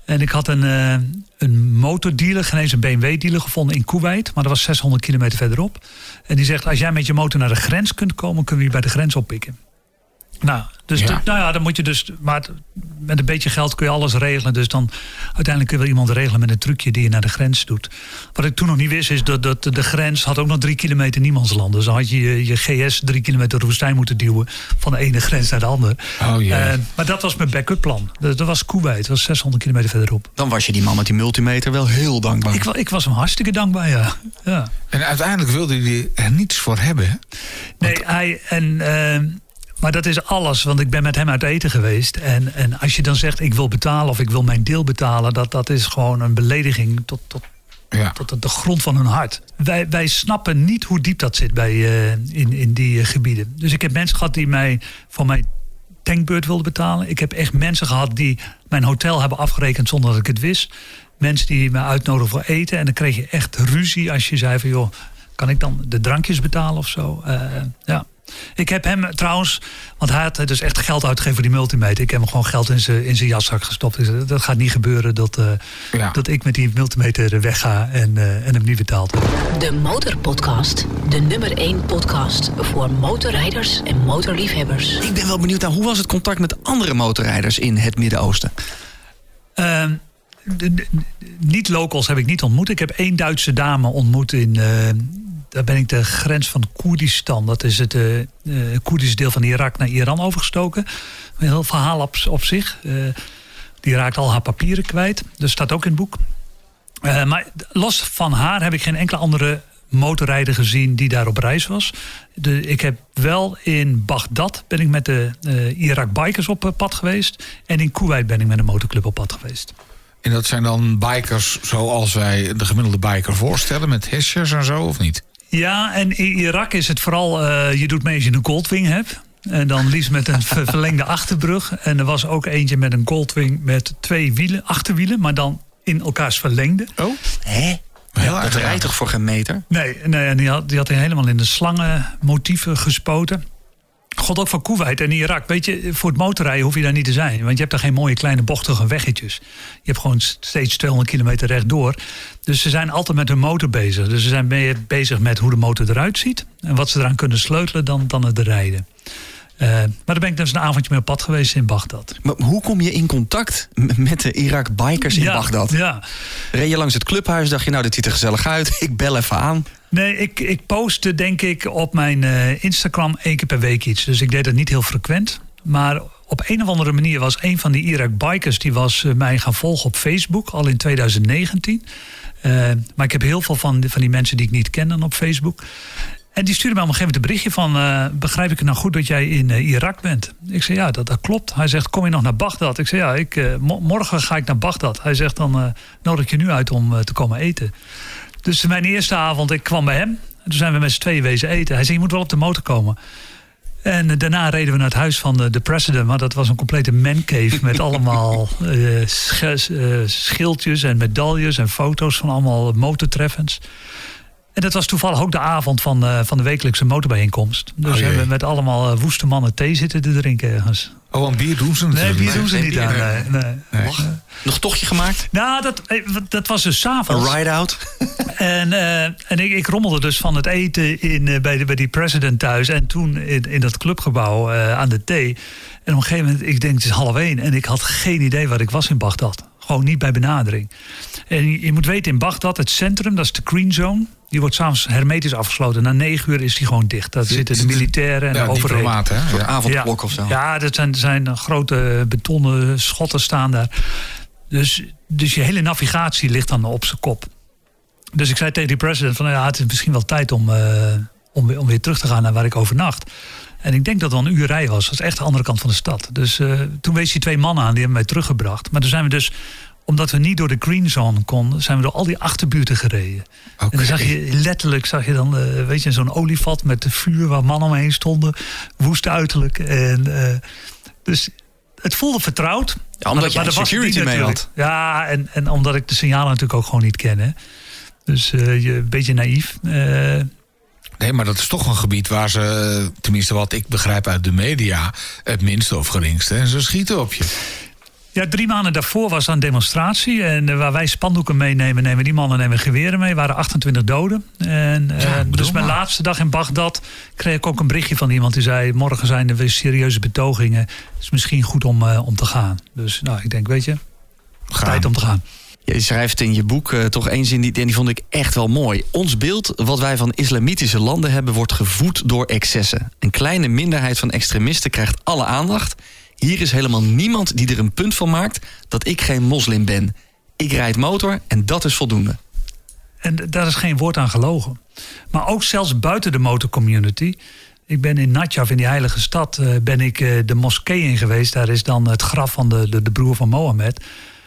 En ik had een, uh, een motordealer, geen eens een B M W-dealer gevonden in Kuwait. Maar dat was zeshonderd kilometer verderop. En die zegt, als jij met je motor naar de grens kunt komen, kunnen we je bij de grens oppikken. Nou, dus Ja. de, nou ja, dan moet je dus. Maar met een beetje geld kun je alles regelen. Dus dan uiteindelijk kun je wel iemand regelen met een trucje die je naar de grens doet. Wat ik toen nog niet wist, is dat, dat de grens had ook nog drie kilometer niemandsland. Dus dan had je je, je G S drie kilometer door de woestijn moeten duwen. Van de ene grens naar de andere. Oh, jee. Uh, maar dat was mijn backup plan. Dat, dat was Kuwait, dat was zeshonderd kilometer verderop. Dan was je die man met die multimeter wel heel dankbaar. Ik, ik was hem hartstikke dankbaar, ja. ja. En uiteindelijk wilde hij er niets voor hebben. Hè? Nee, hij. En, uh, maar dat is alles, want ik ben met hem uit eten geweest. En, en als je dan zegt, ik wil betalen of ik wil mijn deel betalen, dat, dat is gewoon een belediging tot, tot, Ja. tot de grond van hun hart. Wij, wij snappen niet hoe diep dat zit bij, uh, in, in die uh, gebieden. Dus ik heb mensen gehad die mij voor mijn tankbeurt wilden betalen. Ik heb echt mensen gehad die mijn hotel hebben afgerekend zonder dat ik het wist. Mensen die me uitnodigen voor eten. En dan kreeg je echt ruzie als je zei van, joh, kan ik dan de drankjes betalen of zo? Uh, ja. Ik heb hem trouwens, want hij had dus echt geld uitgegeven voor die multimeter. Ik heb hem gewoon geld in zijn in zijn jaszak gestopt. Ik zei, dat gaat niet gebeuren dat, uh, Ja. dat ik met die multimeter wegga en, uh, en hem niet betaald. De Motorpodcast. De nummer één podcast voor motorrijders en motorliefhebbers. Ik ben wel benieuwd naar hoe was het contact met andere motorrijders in het Midden-Oosten? Uh, de, de, niet locals heb ik niet ontmoet. Ik heb één Duitse dame ontmoet in. Uh, daar ben ik de grens van Koerdistan. Dat is het uh, uh, Koerdische deel van Irak naar Iran overgestoken. Een heel verhaal op, op zich. Uh, die raakt al haar papieren kwijt. Dat staat ook in het boek. Uh, maar los van haar heb ik geen enkele andere motorrijder gezien die daar op reis was. De, ik heb wel in Bagdad ben ik met de uh, Irak Bikers op uh, pad geweest. En in Kuwait ben ik met een motorclub op pad geweest. En dat zijn dan bikers zoals wij de gemiddelde biker voorstellen, met hesjes en zo, of niet? Ja, en in Irak is het vooral, uh, je doet mee als je een Goldwing hebt. En dan liefst met een ver- verlengde achterbrug. En er was ook eentje met een Goldwing met twee wielen, achterwielen, maar dan in elkaars verlengde. Oh? Hè? Heel Dat erg rijdt raar. toch voor geen meter? Nee, nee en die had, die had hij helemaal in de slangenmotieven gespoten. God, ook van Kuwait en Irak. Weet je, voor het motorrijden hoef je daar niet te zijn. Want je hebt daar geen mooie kleine bochtige weggetjes. Je hebt gewoon steeds tweehonderd kilometer rechtdoor. Dus ze zijn altijd met hun motor bezig. Dus ze zijn meer bezig met hoe de motor eruit ziet. En wat ze eraan kunnen sleutelen dan, dan het rijden. Uh, maar daar ben ik dus een avondje mee op pad geweest in Bagdad. Maar hoe kom je in contact m- met de Irak Bikers in ja, Bagdad? Ja. Reed je langs het clubhuis, dacht je, nou, dit ziet er gezellig uit. Ik bel even aan. Nee, ik, ik postte denk ik op mijn uh, Instagram één keer per week iets. Dus ik deed dat niet heel frequent. Maar op een of andere manier was een van die Irak Bikers... die was uh, mij gaan volgen op Facebook, al in twintig negentien. Uh, maar ik heb heel veel van, van die mensen die ik niet ken dan op Facebook. En die stuurde mij op een gegeven moment een berichtje van... Uh, begrijp ik het nou goed dat jij in uh, Irak bent? Ik zei, ja, dat, dat klopt. Hij zegt, kom je nog naar Bagdad? Ik zei, ja, ik, uh, mo- morgen ga ik naar Bagdad. Hij zegt, dan uh, nodig ik je nu uit om uh, te komen eten. Dus mijn eerste avond, ik kwam bij hem. En toen zijn we met z'n tweeën wezen eten. Hij zei, je moet wel op de motor komen. En uh, daarna reden we naar het huis van de, de president. Maar dat was een complete mancave met allemaal uh, sch- uh, schildjes en medailles en foto's van allemaal motortreffens. En dat was toevallig ook de avond van, uh, van de wekelijkse motorbijeenkomst. Dus Oh, hebben we met allemaal uh, woeste mannen thee zitten te drinken ergens. Oh, een bier doen ze Nee, natuurlijk bier doen ze niet. niet bier, aan. nee. Nee, nee. Nee. Nog tochtje gemaakt? Nou, dat, dat was dus 's avonds. Een ride-out? En, uh, en ik, ik rommelde dus van het eten in, uh, bij, de, bij die president thuis. En toen in, in dat clubgebouw uh, aan de thee. En op een gegeven moment, ik denk het is half één. En ik had geen idee waar ik was in Bagdad. Gewoon niet bij benadering. En je, je moet weten, in Bagdad, het centrum, dat is de Green Zone. Die wordt s'avonds hermetisch afgesloten. Na negen uur is die gewoon dicht. Daar zitten de militairen en Ja, de overheid. diplomaten, hè? Een soort Ja. avondklok of zo. Ja, dat zijn, zijn grote betonnen schotten staan daar. Dus, dus je hele navigatie ligt dan op zijn kop. Dus ik zei tegen die president van, ja, het is misschien wel tijd om, uh, om, weer, om weer terug te gaan naar waar ik overnacht. En ik denk dat het wel een uur rij was. Dat is echt de andere kant van de stad. Dus uh, toen wees die twee mannen aan, die hebben mij teruggebracht. Maar toen zijn we dus, omdat we niet door de Green Zone konden, zijn we door al die achterbuurten gereden. Okay. En dan zag je letterlijk, zag je dan, uh, weet je, zo'n olievat met de vuur waar mannen omheen stonden. Woest uiterlijk. En, uh, dus het voelde vertrouwd. Ja, omdat maar, je maar security mee had. Ja, en, en omdat ik de signalen natuurlijk ook gewoon niet ken. Hè. Dus uh, je, een beetje naïef. Uh, Nee, maar dat is toch een gebied waar ze, tenminste wat ik begrijp uit de media, het minste of geringste, en ze schieten op je. Ja, drie maanden daarvoor was er een demonstratie. En uh, waar wij spandoeken meenemen, nemen die mannen nemen geweren mee. Er waren achtentwintig doden. En, uh, ja, dus mijn maar. laatste dag in Bagdad kreeg ik ook een berichtje van iemand die zei... morgen zijn er weer serieuze betogingen. Het is misschien goed om, uh, om te gaan. Dus nou, ik denk, weet je, Gaan. tijd om te gaan. Je schrijft in je boek uh, toch één zin, die, en die vond ik echt wel mooi. Ons beeld, wat wij van islamitische landen hebben, wordt gevoed door excessen. Een kleine minderheid van extremisten krijgt alle aandacht. Hier is helemaal niemand die er een punt van maakt dat ik geen moslim ben. Ik rijd motor en dat is voldoende. En daar is geen woord aan gelogen. Maar ook zelfs buiten de motorcommunity. Ik ben in Najaf, in die heilige stad, uh, ben ik uh, de moskee in geweest. Daar is dan het graf van de, de, de broer van Mohammed.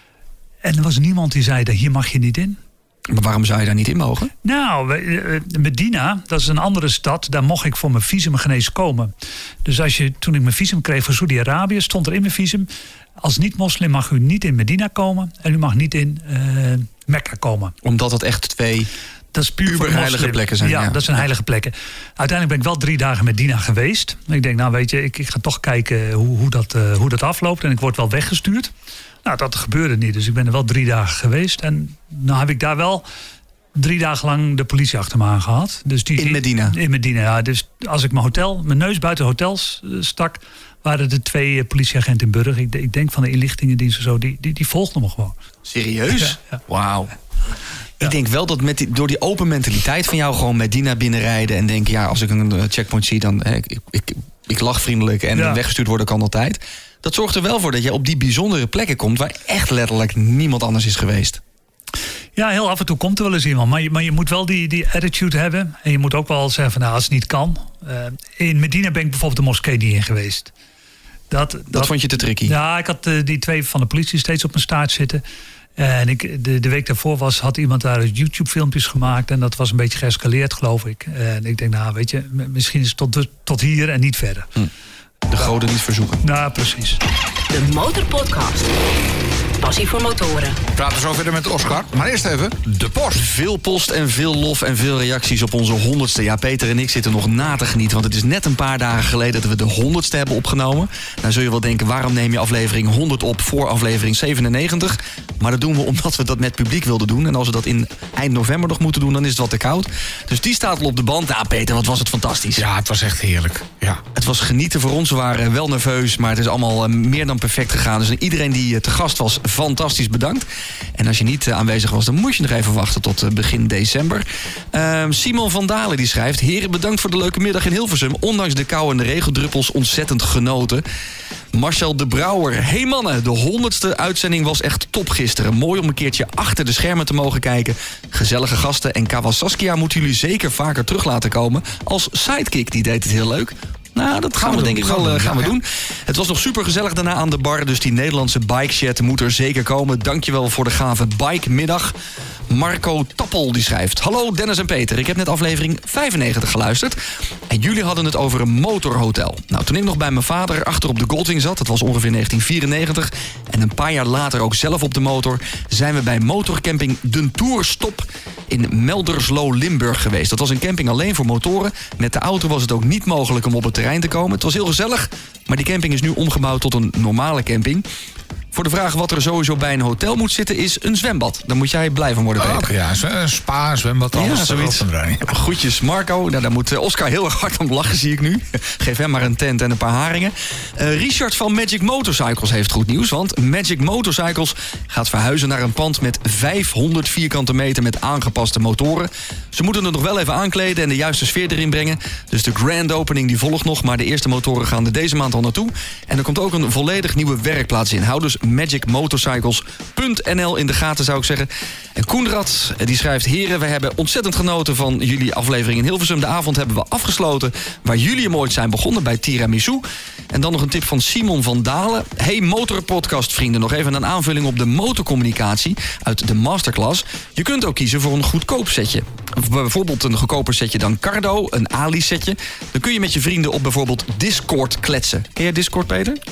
En er was niemand die zei, hier mag je niet in. Maar waarom zou je daar niet in mogen? Nou, Medina, dat is een andere stad. Daar mocht ik voor mijn visum genees komen. Dus als je, toen ik mijn visum kreeg voor Saudi-Arabië, stond er in mijn visum: als niet-moslim mag u niet in Medina komen en u mag niet in uh, Mekka komen. Omdat dat echt twee dat is puur voor heilige plekken zijn. Ja, ja, dat zijn heilige plekken. Uiteindelijk ben ik wel drie dagen in Medina geweest. Ik denk, nou weet je, ik, ik ga toch kijken hoe, hoe, dat, uh, hoe dat afloopt. En ik word wel weggestuurd. Nou, dat gebeurde niet. Dus ik ben er wel drie dagen geweest. En nou heb ik daar wel drie dagen lang de politie achter me aan gehad. Dus die, in Medina? In Medina, ja. Dus als ik mijn hotel, mijn neus buiten hotels stak, waren er twee politieagenten in Burg. Ik, ik denk van de inlichtingendienst of zo, die, die, die volgden me gewoon. Serieus? Ja, ja. Wauw. Ja. Ik denk wel dat met die, door die open mentaliteit van jou gewoon Medina binnenrijden en denken, ja, als ik een checkpoint zie, dan hè, ik, ik, ik lach vriendelijk en ja. weggestuurd worden kan altijd. Dat zorgt er wel voor dat je op die bijzondere plekken komt waar echt letterlijk niemand anders is geweest. Ja, heel af en toe komt er wel eens iemand. Maar je, maar je moet wel die, die attitude hebben. En je moet ook wel zeggen van, nou, als het niet kan. Uh, in Medina ben ik bijvoorbeeld de moskee niet in geweest. Dat, dat, dat vond je te tricky? Ja, ik had uh, die twee van de politie steeds op mijn staart zitten. En ik, de, de week daarvoor was, had iemand daar YouTube-filmpjes gemaakt. En dat was een beetje geëscaleerd, geloof ik. En ik denk, nou, weet je, misschien is het tot, tot hier en niet verder. Hm. De goden niet verzoeken. Nou, precies. De Motorpodcast. Passie voor motoren. We praten zo verder met Oscar. Maar eerst even de post. Veel post en veel lof en veel reacties op onze honderdste. Ja, Peter en ik zitten nog na te genieten. Want het is net een paar dagen geleden dat we de honderdste hebben opgenomen. Nou zul je wel denken, waarom neem je aflevering honderd op voor aflevering zevenennegentig? Maar dat doen we omdat we dat met publiek wilden doen. En als we dat in eind november nog moeten doen, dan is het wat te koud. Dus die staat al op de band. Nou, Peter, wat was het fantastisch. Ja, het was echt heerlijk. Ja. Het was genieten voor ons. We waren wel nerveus, maar het is allemaal meer dan perfect gegaan. Dus iedereen die te gast was, fantastisch bedankt. En als je niet aanwezig was, dan moest je nog even wachten tot begin december. Uh, Simon van Dalen die schrijft: heren, bedankt voor de leuke middag in Hilversum. Ondanks de kou en de regendruppels ontzettend genoten. Marcel de Brouwer: hey mannen, de honderdste uitzending was echt top gisteren. Mooi om een keertje achter de schermen te mogen kijken. Gezellige gasten en Kawasaskia moeten jullie zeker vaker terug laten komen. Als sidekick, die deed het heel leuk. Nou, dat gaan, gaan we, we denk ik wel gaan, uh, gaan we ja, doen. Het was nog super gezellig daarna aan de bar. Dus die Nederlandse bike chat moet er zeker komen. Dankjewel voor de gave bike middag. Marco Tappel die schrijft: hallo Dennis en Peter, ik heb net aflevering vijfennegentig geluisterd. En jullie hadden het over een motorhotel. Nou, toen ik nog bij mijn vader achter op de Goldwing zat, dat was ongeveer negentien vierennegentig... en een paar jaar later ook zelf op de motor, zijn we bij motorcamping Den Toerstop in Melderslo, Limburg geweest. Dat was een camping alleen voor motoren. Met de auto was het ook niet mogelijk om op het terrein te komen. Het was heel gezellig, maar die camping is nu omgebouwd tot een normale camping. Voor de vraag wat er sowieso bij een hotel moet zitten, is een zwembad. Daar moet jij blij van worden, Peter. Oh, okay, ja, een spa, een zwembad, alles. Ja, zoiets. Groetjes Marco. Nou, daar moet Oscar heel erg hard om lachen, zie ik nu. Geef hem maar een tent en een paar haringen. Uh, Richard van Magic Motorcycles heeft goed nieuws. Want Magic Motorcycles gaat verhuizen naar een pand met vijfhonderd vierkante meter met aangepaste motoren. Ze moeten het nog wel even aankleden en de juiste sfeer erin brengen. Dus de grand opening die volgt nog. Maar de eerste motoren gaan er deze maand al naartoe. En er komt ook een volledig nieuwe werkplaats in. Hou dus magic motorcycles punt n l in de gaten, zou ik zeggen. En Koenrad die schrijft: heren, we hebben ontzettend genoten van jullie aflevering in Hilversum. De avond hebben we afgesloten waar jullie hem ooit zijn begonnen, bij Tiramisu. En dan nog een tip van Simon van Dalen. Hey motorpodcast vrienden, nog even een aanvulling op de motorcommunicatie uit de masterclass. Je kunt ook kiezen voor een goedkoop setje. Bijvoorbeeld een goedkoper setje dan Cardo, een Ali setje. Dan kun je met je vrienden op bijvoorbeeld Discord kletsen. Ken jij Discord, Peter? Nee.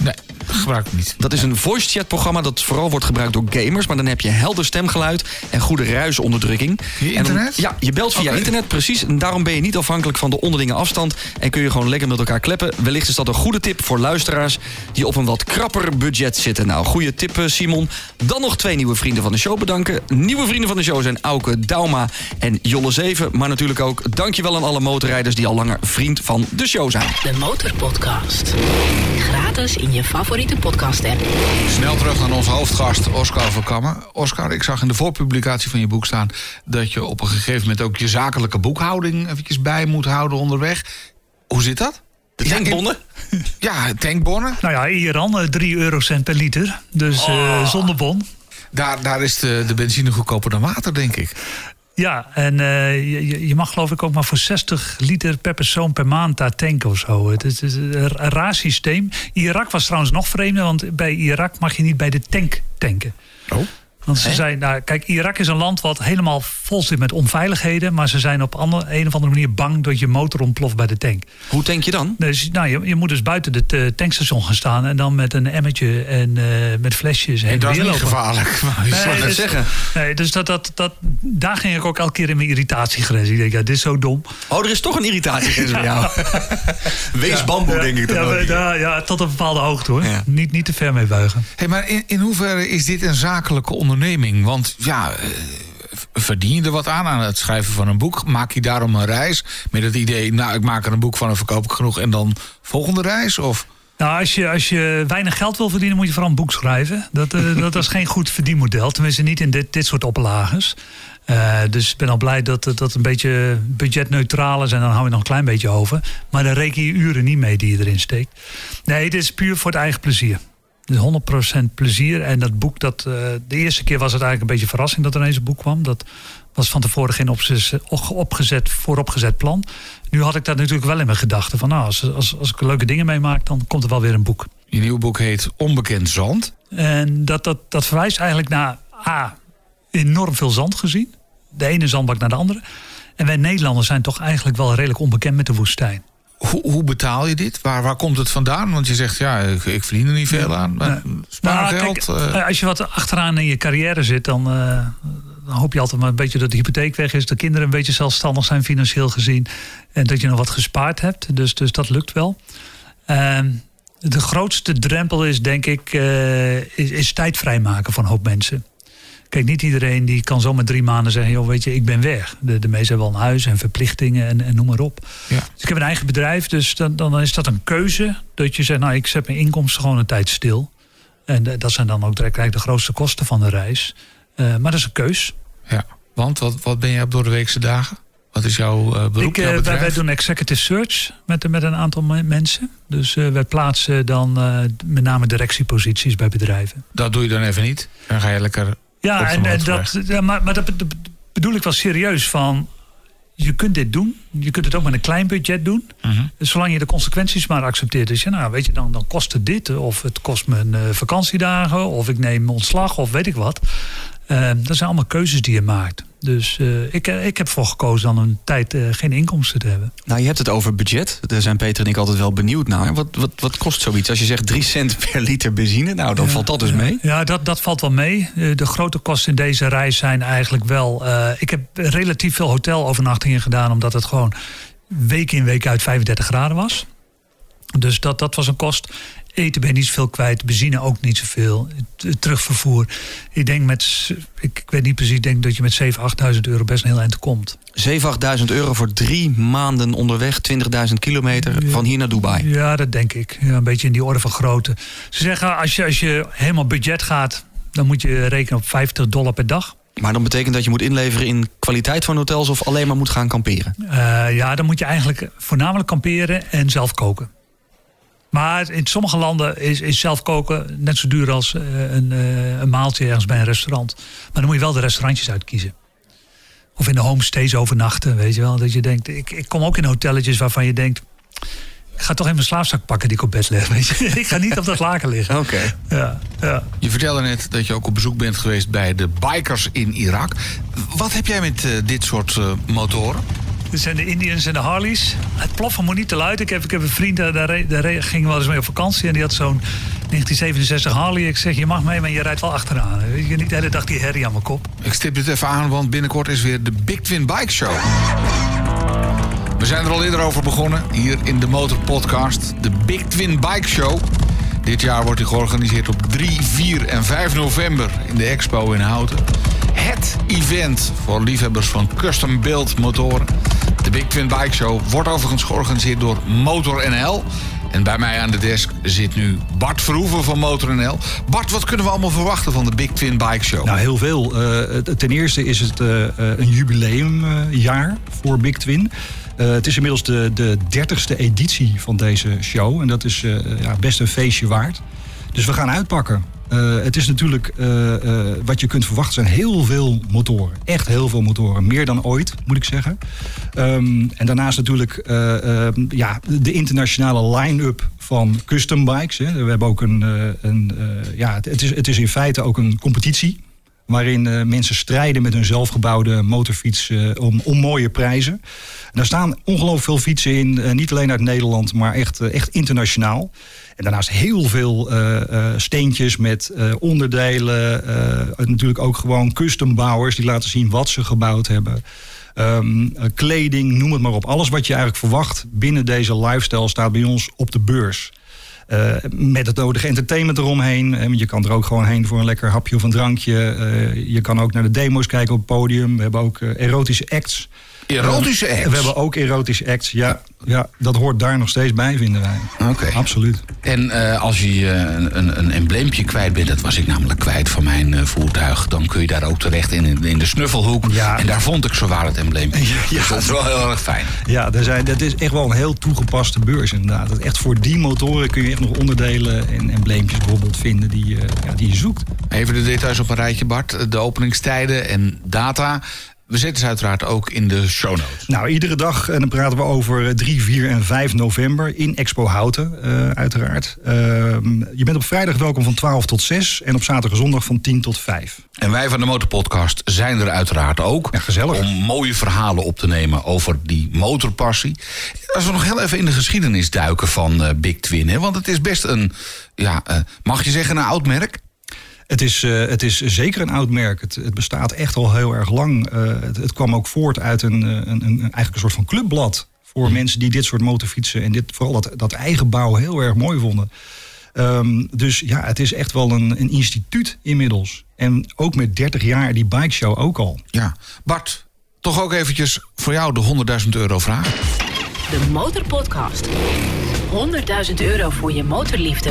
gebruik ik niet. Dat is een voice chat programma dat vooral wordt gebruikt door gamers. Maar dan heb je helder stemgeluid en goede ruisonderdrukking. Je internet? En dan, ja, je belt via Okay. internet, precies. En daarom ben je niet afhankelijk van de onderlinge afstand. En kun je gewoon lekker met elkaar kleppen. Wellicht is dat een goede tip voor luisteraars die op een wat krapper budget zitten. Nou, goede tip, Simon. Dan nog twee nieuwe vrienden van de show bedanken. Nieuwe vrienden van de show zijn Auke Dauma en Jolle Zeven. Maar natuurlijk ook dankjewel aan alle motorrijders die al langer vriend van de show zijn. De Motorpodcast. Gratis in je favoriete podcast-app. Snel terug naar onze hoofdgast, Oscar van Kammen. Oscar, ik zag in de voorpublicatie van je boek staan dat je op een gegeven moment ook je zakelijke boekhouding eventjes bij moet houden onderweg. Hoe zit dat? De tankbonnen? Ja, tankbonnen. Nou ja, in Iran eh, drie eurocent per liter. Dus eh, Oh. zonder bon. Daar, daar is de, de benzine goedkoper dan water, denk ik. Ja, en eh, je, je mag geloof ik ook maar voor zestig liter per persoon per maand daar tanken of zo. Het is, het is een raar systeem. Irak was trouwens nog vreemder, want bij Irak mag je niet bij de tank tanken. Oh. Want ze zijn, nou, kijk, Irak is een land wat helemaal vol zit met onveiligheden. Maar ze zijn op andere, een of andere manier bang dat je motor ontploft bij de tank. Hoe tank je dan? Dus nou, je, je moet dus buiten het uh, tankstation gaan staan. En dan met een emmertje en uh, met flesjes. En heen dat is weer niet lopen. gevaarlijk. Maar je Nee, zou net dus, zeggen. Nee, dus dat, dat, dat, daar ging ik ook elke keer in mijn irritatiegrens. Ik denk, ja, dit is zo dom. Oh, er is toch een irritatiegrens bij jou. Wees bamboe, denk ik dan ja, ook. maar, ja, ja, tot een bepaalde hoogte hoor. Ja. Niet, niet te ver mee buigen. Hey, maar in, in hoeverre is dit een zakelijke onderneming? Want ja, eh, verdien je er wat aan aan het schrijven van een boek? Maak je daarom een reis met het idee, nou, ik maak er een boek van en verkoop ik genoeg en dan volgende reis? Of... Nou, als je, als je weinig geld wil verdienen, moet je vooral een boek schrijven. Dat, uh, dat is geen goed verdienmodel. Tenminste, niet in dit, dit soort oplages. Uh, dus ik ben al blij dat dat een beetje budgetneutraal is. En dan hou je nog een klein beetje over. Maar dan reken je uren niet mee die je erin steekt. Nee, het is puur voor het eigen plezier. Dus honderd procent plezier. En dat boek, dat, uh, de eerste keer was het eigenlijk een beetje een verrassing dat er ineens een boek kwam. Dat was van tevoren geen opzet, opgezet, vooropgezet plan. Nu had ik dat natuurlijk wel in mijn gedachten. Van nou, als, als, als ik leuke dingen meemaak, dan komt er wel weer een boek. Je nieuwe boek heet Onbekend Zand. En dat, dat, dat verwijst eigenlijk naar A, enorm veel zand gezien. De ene zandbak naar de andere. En wij Nederlanders zijn toch eigenlijk wel redelijk onbekend met de woestijn. Hoe, hoe betaal je dit? Waar, waar komt het vandaan? Want je zegt, ja, ik, ik verdien er niet veel aan. Maar spaargeld? Nou, kijk, uh, als je wat achteraan in je carrière zit, dan, uh, dan hoop je altijd maar een beetje dat de hypotheek weg is. De kinderen een beetje zelfstandig zijn financieel gezien. En dat je nog wat gespaard hebt. Dus, dus dat lukt wel. Uh, de grootste drempel is, denk ik, uh, is, is tijd vrijmaken van een hoop mensen. Kijk, niet iedereen die kan zomaar drie maanden zeggen, joh, weet je, ik ben weg. De, de meesten hebben wel een huis en verplichtingen en, en noem maar op. Ja. Dus ik heb een eigen bedrijf, dus dan, dan is dat een keuze. Dat je zegt, nou, ik zet mijn inkomsten gewoon een tijd stil. En de, dat zijn dan ook direct eigenlijk de grootste kosten van de reis. Uh, maar dat is een keus. Ja, want wat, wat ben jij op door de weekse dagen? Wat is jouw uh, beroep, ik, jouw uh, bedrijf? wij, wij doen executive search met, met een aantal mensen. Dus uh, wij plaatsen dan uh, met name directieposities bij bedrijven. Dat doe je dan even niet. Dan ga je lekker... Ja, en, en dat, ja, maar, maar dat bedoel ik wel serieus van, je kunt dit doen. Je kunt het ook met een klein budget doen. Mm-hmm. Dus zolang je de consequenties maar accepteert. Dus ja, nou, weet je, dan, dan kost het dit. Of het kost me een uh, vakantiedagen. Of ik neem ontslag. Of weet ik wat. Uh, dat zijn allemaal keuzes die je maakt. Dus uh, ik, ik heb ervoor gekozen dan een tijd uh, geen inkomsten te hebben. Nou, je hebt het over budget. Daar zijn Peter en ik altijd wel benieuwd naar. Wat, wat, wat kost zoiets? Als je zegt drie cent per liter benzine, nou, dan ja, valt dat dus ja. mee. Ja, dat, dat valt wel mee. Uh, de grote kosten in deze reis zijn eigenlijk wel... Uh, ik heb relatief veel hotelovernachtingen gedaan, omdat het gewoon week in week uit vijfendertig graden was. Dus dat, dat was een kost. Eten ben je niet zoveel kwijt, benzine ook niet zoveel. Terugvervoer. Ik denk met, ik, ik weet niet precies, ik denk dat je met zevenduizend, achtduizend euro best een heel eind komt. zevenduizend, achtduizend euro voor drie maanden onderweg, twintigduizend kilometer Ja. van hier naar Dubai. Ja, dat denk ik. Ja, een beetje in die orde van grootte. Ze zeggen, als je, als je helemaal budget gaat, dan moet je rekenen op vijftig dollar per dag. Maar dan betekent dat je moet inleveren in kwaliteit van hotels of alleen maar moet gaan kamperen? Uh, ja, dan moet je eigenlijk voornamelijk kamperen en zelf koken. Maar in sommige landen is, is zelf koken net zo duur als uh, een, uh, een maaltje ergens bij een restaurant. Maar dan moet je wel de restaurantjes uitkiezen. Of in de homestays overnachten, weet je wel. Dat je denkt, ik, ik kom ook in hotelletjes waarvan je denkt, ik ga toch even mijn slaapzak pakken die ik op bed leg. Weet je? Ik ga niet op dat laken liggen. Oké. Okay. Ja, ja. Je vertelde net dat je ook op bezoek bent geweest bij de bikers in Irak. Wat heb jij met uh, dit soort uh, motoren? Er zijn de Indians en de Harleys. Het ploffen moet niet te luid. Ik heb, ik heb een vriend, daar, daar, daar ging wel eens mee op vakantie. En die had zo'n negentien zevenenzestig Harley. Ik zeg, je mag mee, maar je rijdt wel achteraan. Weet je, niet de hele dag die herrie aan mijn kop. Ik stip dit even aan, want binnenkort is weer de Big Twin Bike Show. We zijn er al eerder over begonnen, hier in de Motor Podcast. De Big Twin Bike Show. Dit jaar wordt die georganiseerd op drie, vier en vijf november in de Expo in Houten. Het event voor liefhebbers van custom-built motoren. De Big Twin Bike Show wordt overigens georganiseerd door Motor N L. En bij mij aan de desk zit nu Bart Verhoeven van Motor N L. Bart, wat kunnen we allemaal verwachten van de Big Twin Bike Show? Nou, heel veel. Uh, ten eerste is het uh, een jubileumjaar uh, voor Big Twin. Uh, het is inmiddels de, de dertigste editie van deze show. En dat is uh, ja, best een feestje waard. Dus we gaan uitpakken. Uh, het is natuurlijk, uh, uh, wat je kunt verwachten, zijn heel veel motoren. Echt heel veel motoren. Meer dan ooit, moet ik zeggen. Um, en daarnaast natuurlijk uh, uh, ja, de internationale line-up van custom bikes. Hè. We hebben ook een... Uh, een uh, ja, het is, het is in feite ook een competitie. Waarin uh, mensen strijden met hun zelfgebouwde motorfiets uh, om, om mooie prijzen. En daar staan ongelooflijk veel fietsen in. Uh, niet alleen uit Nederland, maar echt, uh, echt internationaal. En daarnaast heel veel uh, uh, steentjes met uh, onderdelen. Uh, natuurlijk ook gewoon custombouwers die laten zien wat ze gebouwd hebben. Um, uh, kleding, noem het maar op. Alles wat je eigenlijk verwacht binnen deze lifestyle staat bij ons op de beurs. Uh, met het nodige entertainment eromheen. Uh, je kan er ook gewoon heen voor een lekker hapje of een drankje. Uh, je kan ook naar de demo's kijken op het podium. We hebben ook uh, erotische acts. Erotische acts? Uh, we hebben ook erotische acts, ja. Ja, dat hoort daar nog steeds bij, vinden wij. Oké. Okay. Absoluut. En uh, als je uh, een, een embleempje kwijt bent, dat was ik namelijk kwijt van mijn uh, voertuig, dan kun je daar ook terecht in, in de snuffelhoek. Ja. En daar vond ik zowaar het embleempje. Ja, ja. Dus dat is wel heel erg fijn. Ja, er zijn, dat is echt wel een heel toegepaste beurs inderdaad. Dat echt voor die motoren kun je echt nog onderdelen en embleempjes bijvoorbeeld vinden die, uh, ja, die je zoekt. Even de details op een rijtje, Bart. De openingstijden en data. We zetten ze uiteraard ook in de show notes. Nou, iedere dag, en dan praten we over drie, vier en vijf november in Expo Houten, uh, uiteraard. Uh, je bent op vrijdag welkom van twaalf tot zes en op zaterdag en zondag van tien tot vijf. En wij van de Motorpodcast zijn er uiteraard ook. Ja, gezellig. Om mooie verhalen op te nemen over die motorpassie. Als we nog heel even in de geschiedenis duiken van uh, Big Twin, hè, want het is best een, ja, uh, mag je zeggen, een oud merk? Het is, uh, het is zeker een oud merk. Het, het bestaat echt al heel erg lang. Uh, het, het kwam ook voort uit een, een, een, eigenlijk een soort van clubblad. Voor mm. mensen die dit soort motorfietsen en dit, vooral dat, dat eigen bouw heel erg mooi vonden. Um, dus ja, het is echt wel een, een instituut inmiddels. En ook met dertig jaar die bike show ook al. Ja, Bart, toch ook eventjes voor jou de honderdduizend euro vraag. De Motorpodcast. honderdduizend euro voor je motorliefde.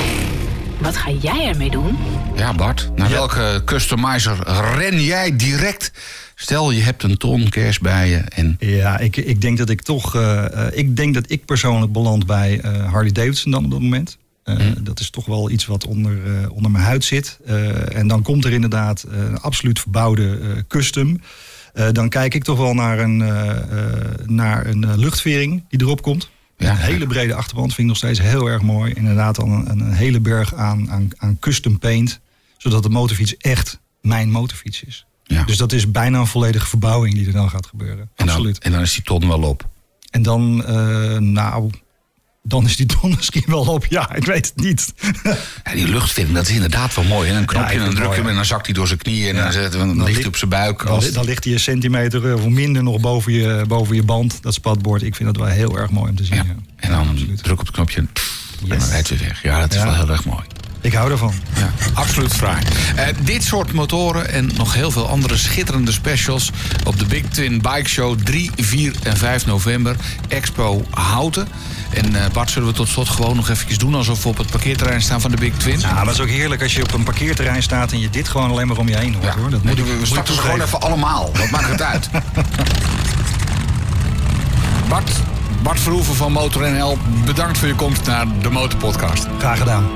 Wat ga jij ermee doen? Ja, Bart, naar ja. welke customizer ren jij direct? Stel, je hebt een ton cash bij je. En... Ja, ik, ik denk dat ik toch... Uh, ik denk dat ik persoonlijk beland bij uh, Harley Davidson dan op dat moment. Uh, hmm. Dat is toch wel iets wat onder, uh, onder mijn huid zit. Uh, en dan komt er inderdaad uh, een absoluut verbouwde uh, custom. Uh, dan kijk ik toch wel naar een, uh, uh, naar een uh, luchtvering die erop komt. Ja, een hele brede achterband vind ik nog steeds heel erg mooi. Inderdaad dan een, een hele berg aan, aan, aan custom paint. Zodat de motorfiets echt mijn motorfiets is. Ja. Dus dat is bijna een volledige verbouwing die er dan gaat gebeuren. En Absoluut. Dan, en dan is die ton wel op? En dan, uh, nou... Dan is die ton misschien wel op. Ja, ik weet het niet. Ja, die luchtvering, dat is inderdaad wel mooi. En een knopje ja, en dan druk je hem en dan zakt hij door zijn knieën. En ja. dan, zet, dan, dan ligt hij op zijn buik. Dan, als... dan ligt hij een centimeter of minder nog boven je, boven je band. Dat spatbord. Ik vind dat wel heel erg mooi om te zien. Ja. Ja. En dan ja, druk op het knopje en, pff, yes. en dan rijdt hij weg. Ja, dat is ja. wel heel erg mooi. Ik hou ervan. Ja, absoluut fraai. Uh, dit soort motoren en nog heel veel andere schitterende specials op de Big Twin Bike Show drie, vier en vijf november. Expo Houten. En uh, Bart, zullen we tot slot gewoon nog eventjes doen alsof we op het parkeerterrein staan van de Big Twin? Ja, dat is ook heerlijk als je op een parkeerterrein staat en je dit gewoon alleen maar om je heen hoort. Ja. Hoor. Dat moet, we we starten ze gewoon even allemaal. Wat maakt het uit? Bart, Bart Verhoeven van Motor N L, bedankt voor je komst naar de Motorpodcast. Graag gedaan.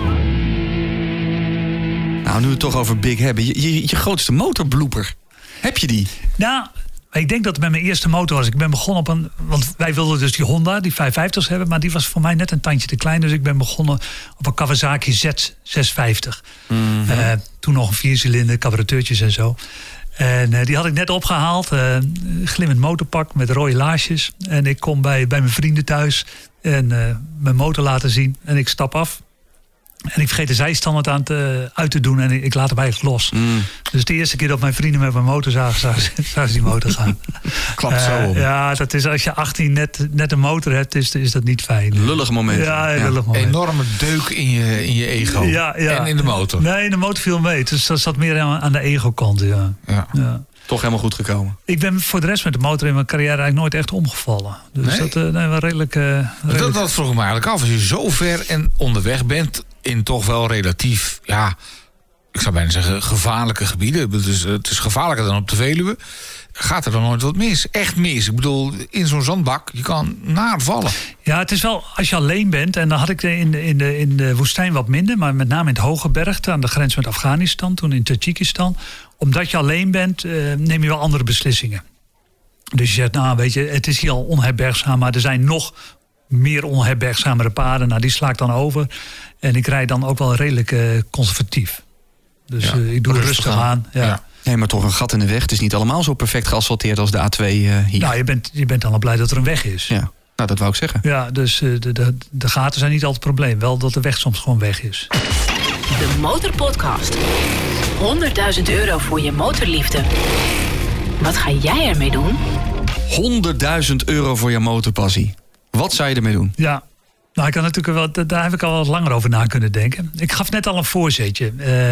Nou, nu we het toch over Big hebben. Je, je, je grootste motorblooper. Heb je die? Nou, ik denk dat het met mijn eerste motor was. Ik ben begonnen op een... Want wij wilden dus die Honda, die vijfhonderdvijftigs hebben. Maar die was voor mij net een tandje te klein. Dus ik ben begonnen op een Kawasaki Z zeshonderdvijftig. Mm-hmm. Uh, toen nog een viercilinder, carburateurtjes en zo. En uh, die had ik net opgehaald. Uh, glimmend motorpak met rode laarsjes. En ik kom bij, bij mijn vrienden thuis. En uh, mijn motor laten zien. En ik stap af. En ik vergeet de zijstandaard aan te, uit te doen. En ik laat hem eigenlijk los. Mm. Dus de eerste keer dat mijn vrienden met mijn motor zagen, zagen ze die motor gaan. Klapt zo om. Uh, ja, dat is als je achttien net, net een motor hebt, is, is dat niet fijn. Lullig moment. Ja, ja. lullig moment. Enorme deuk in je, in je ego. Ja, ja. En in de motor. Nee, in de motor viel mee. Dus dat zat meer aan, aan de ego-kant. Ja. Ja. Ja. Toch helemaal goed gekomen. Ik ben voor de rest met de motor in mijn carrière eigenlijk nooit echt omgevallen. Dus nee? dat uh, nee, wel redelijk... Uh, redelijk... Dat, dat vroeg ik me eigenlijk af. Als je zo ver en onderweg bent in toch wel relatief, ja, ik zou bijna zeggen gevaarlijke gebieden. Het is, het is gevaarlijker dan op de Veluwe. Gaat er dan nooit wat mis? Echt mis. Ik bedoel, in zo'n zandbak, je kan naar vallen. Ja, het is wel, als je alleen bent, en dan had ik in de, in de, in de woestijn wat minder, maar met name in het Hoge Bergte, aan de grens met Afghanistan, toen in Tajikistan. Omdat je alleen bent, uh, neem je wel andere beslissingen. Dus je zegt, nou weet je, het is hier al onherbergzaam, maar er zijn nog meer onherbergzamere paden. Nou, die sla ik dan over. En ik rijd dan ook wel redelijk uh, conservatief. Dus ja, uh, ik doe er rustig aan. aan. Ja. Ja. Nee, maar toch een gat in de weg. Het is niet allemaal zo perfect geasfalteerd als de A twee uh, hier. Nou, je bent, je bent dan al blij dat er een weg is. Ja, nou, dat wou ik zeggen. Ja, dus uh, de, de, de gaten zijn niet altijd het probleem. Wel dat de weg soms gewoon weg is. De Motorpodcast. honderdduizend euro voor je motorliefde. Wat ga jij ermee doen? honderdduizend euro voor je motorpassie. Wat zou je ermee doen? Ja, nou, ik kan natuurlijk wel, daar heb ik al wat langer over na kunnen denken. Ik gaf net al een voorzetje.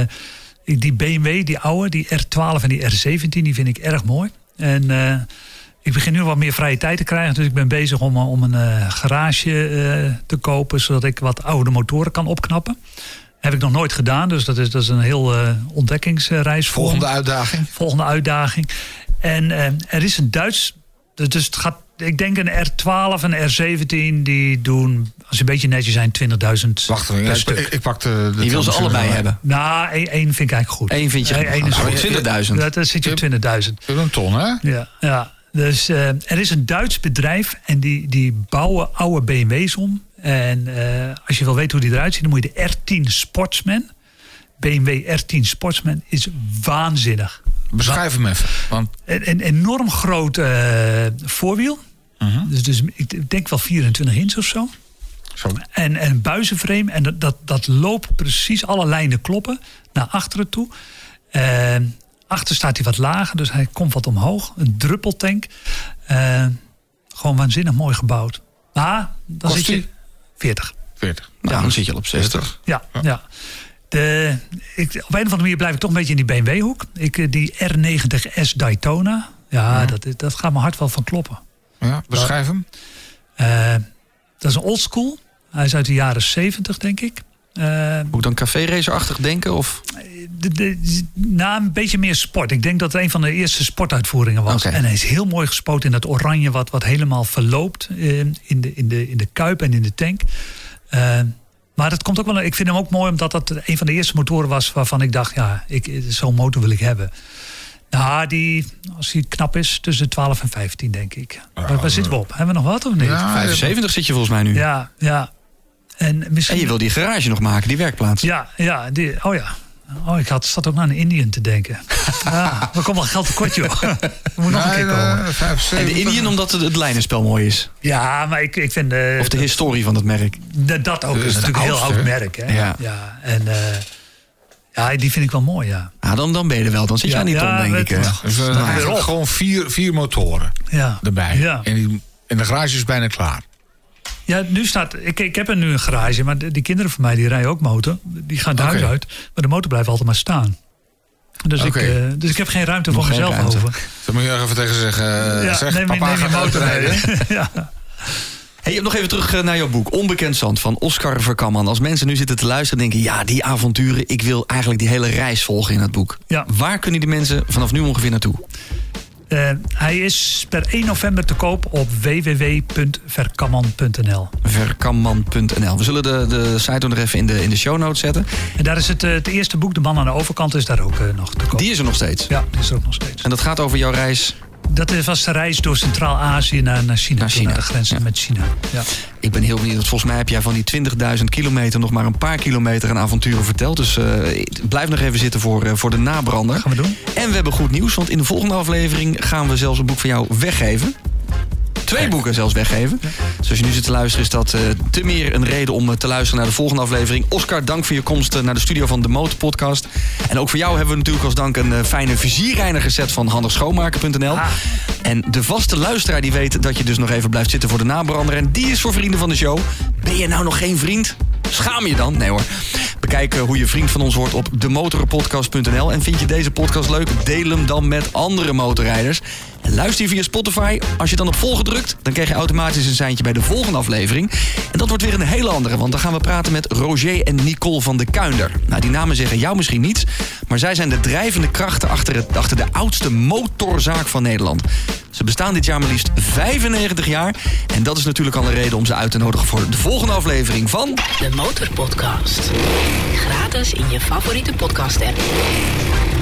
Uh, die B M W, die oude, die R twaalf en die R zeventien, die vind ik erg mooi. En uh, ik begin nu wat meer vrije tijd te krijgen. Dus ik ben bezig om, om een uh, garage uh, te kopen, zodat ik wat oude motoren kan opknappen. Heb ik nog nooit gedaan, dus dat is, dat is een heel uh, ontdekkingsreis. Volgende uitdaging. Volgende uitdaging. En uh, er is een Duits, dus het gaat, ik denk een R twaalf en een R zeventien, die doen, als ze een beetje netjes zijn, twintigduizend Wacht even, per ik, stuk. ik, ik pak de... de je wil ze allebei erbij. hebben? Nou, één, één vind ik eigenlijk goed. Eén vind je Eén is goed. twintigduizend. Dat, dan zit je op twintigduizend. Een ton, hè? Ja, ja. Dus uh, er is een Duits bedrijf en die, die bouwen oude B M W's om. En uh, als je wil weten hoe die eruit ziet, dan moet je de R tien Sportsman. B M W R tien Sportsman is waanzinnig. Beschrijf hem even. Want... Een, een enorm groot uh, voorwiel. Uh-huh. Dus, dus ik denk wel vierentwintig inch of zo. zo. En, en een buizenframe. En dat, dat, dat loopt precies, alle lijnen kloppen naar achteren toe. Uh, achter staat hij wat lager, dus hij komt wat omhoog. Een druppeltank. Uh, gewoon waanzinnig mooi gebouwd. Maar dan Kost zit je veertig. veertig. Nou, ja. dan zit je al op zestig. Ja, ja. ja. De, ik, op een of andere manier blijf ik toch een beetje in die B M W-hoek. Ik, die R negentig S Daytona. Ja, ja. Dat, dat gaat mijn hart wel van kloppen. Ja, beschrijf hem. Uh, dat is een oldschool. Hij is uit de jaren zeventig, denk ik. Uh, Moet ik dan café-racer-achtig denken? Of? De, de, na een beetje meer sport. Ik denk dat het een van de eerste sportuitvoeringen was. Okay. En hij is heel mooi gespoten in dat oranje, wat, wat helemaal verloopt uh, in, de, in, de, in de kuip en in de tank. Uh, maar dat komt ook wel. Ik vind hem ook mooi omdat dat een van de eerste motoren was waarvan ik dacht, ja, ik, zo'n motor wil ik hebben. Nou, die, als die knap is, tussen twaalf en vijftien, denk ik. Ja, waar, waar zitten we op? Hebben we nog wat of niet? Ja, vijfenzeventig zit je volgens mij nu. Ja, ja. En, misschien... en je wil die garage nog maken, die werkplaats. Ja, ja. Die, oh ja. Oh, ik had, zat ook naar een Indian te denken. Ja, er komt wel geld tekort, joh. Er moet nog nee, een keer komen. Uh, en de Indian omdat het, het lijnenspel mooi is. Ja, maar ik, ik vind... Uh, of de historie van het merk. De, dat ook. Dat is natuurlijk een heel oud merk. Hè? Ja. ja. En uh, ja, die vind ik wel mooi, ja. Ah, dan, dan ben je er wel. Dan zit je ja, aan die ja, ton, denk ik. Ja. Dus, uh, nou, eigenlijk gewoon vier, vier motoren ja. erbij. Ja. En, die, en de garage is bijna klaar. Ja, nu staat... Ik, ik heb er nu een garage, maar de, die kinderen van mij die rijden ook motor. Die gaan het huis okay. uit, maar de motor blijft altijd maar staan. Dus, okay. ik, uh, dus ik heb geen ruimte Nog voor mezelf ruimte. over. Dan moet je even tegen zeggen... Uh, ja, zeg, neem, papa neem je motor rijden. ja. Hey, nog even terug naar jouw boek. Onbekend Zand van Oscar Verkamman. Als mensen nu zitten te luisteren denken... ja, die avonturen, ik wil eigenlijk die hele reis volgen in het boek. Ja. Waar kunnen die mensen vanaf nu ongeveer naartoe? Uh, hij is per één november te koop op w w w punt verkamman punt n l. verkamman punt n l. We zullen de, de site nog even in de, in de show notes zetten. En daar is het, het eerste boek, De Man aan de Overkant, is daar ook uh, nog te koop. Die is er nog steeds? Ja, die is er ook nog steeds. En dat gaat over jouw reis Dat was de reis door Centraal-Azië naar, naar China. Naar China, naar de grens ja. met China. Ja. Ik ben heel benieuwd. Volgens mij heb jij van die twintigduizend kilometer nog maar een paar kilometer aan avonturen verteld. Dus uh, blijf nog even zitten voor, uh, voor de nabrander. Gaan we doen. En we hebben goed nieuws, want in de volgende aflevering gaan we zelfs een boek van jou weggeven. Twee boeken zelfs weggeven. Ja. Dus als je nu zit te luisteren, is dat uh, te meer een reden om uh, te luisteren naar de volgende aflevering. Oscar, dank voor je komst uh, naar de studio van de Motor Podcast. En ook voor jou hebben we natuurlijk als dank een uh, fijne vizierreiniger set van handig schoonmaken punt n l. Ah. En de vaste luisteraar die weet dat je dus nog even blijft zitten voor de nabrander. En die is voor vrienden van de show. Ben je nou nog geen vriend? Schaam je dan? Nee hoor. Bekijk uh, hoe je vriend van ons wordt op de motor podcast punt n l. En vind je deze podcast leuk? Deel hem dan met andere motorrijders. En luister je via Spotify. Als je dan op volgen drukt, dan krijg je automatisch een seintje bij de volgende aflevering. En dat wordt weer een hele andere, want dan gaan we praten met Roger en Nicole van de Kuinder. Nou, die namen zeggen jou misschien niets, maar zij zijn de drijvende krachten achter, het, achter de oudste motorzaak van Nederland. Ze bestaan dit jaar maar liefst vijfennegentig jaar. En dat is natuurlijk al een reden om ze uit te nodigen voor de volgende aflevering van... De Motor Podcast. Gratis in je favoriete podcast app.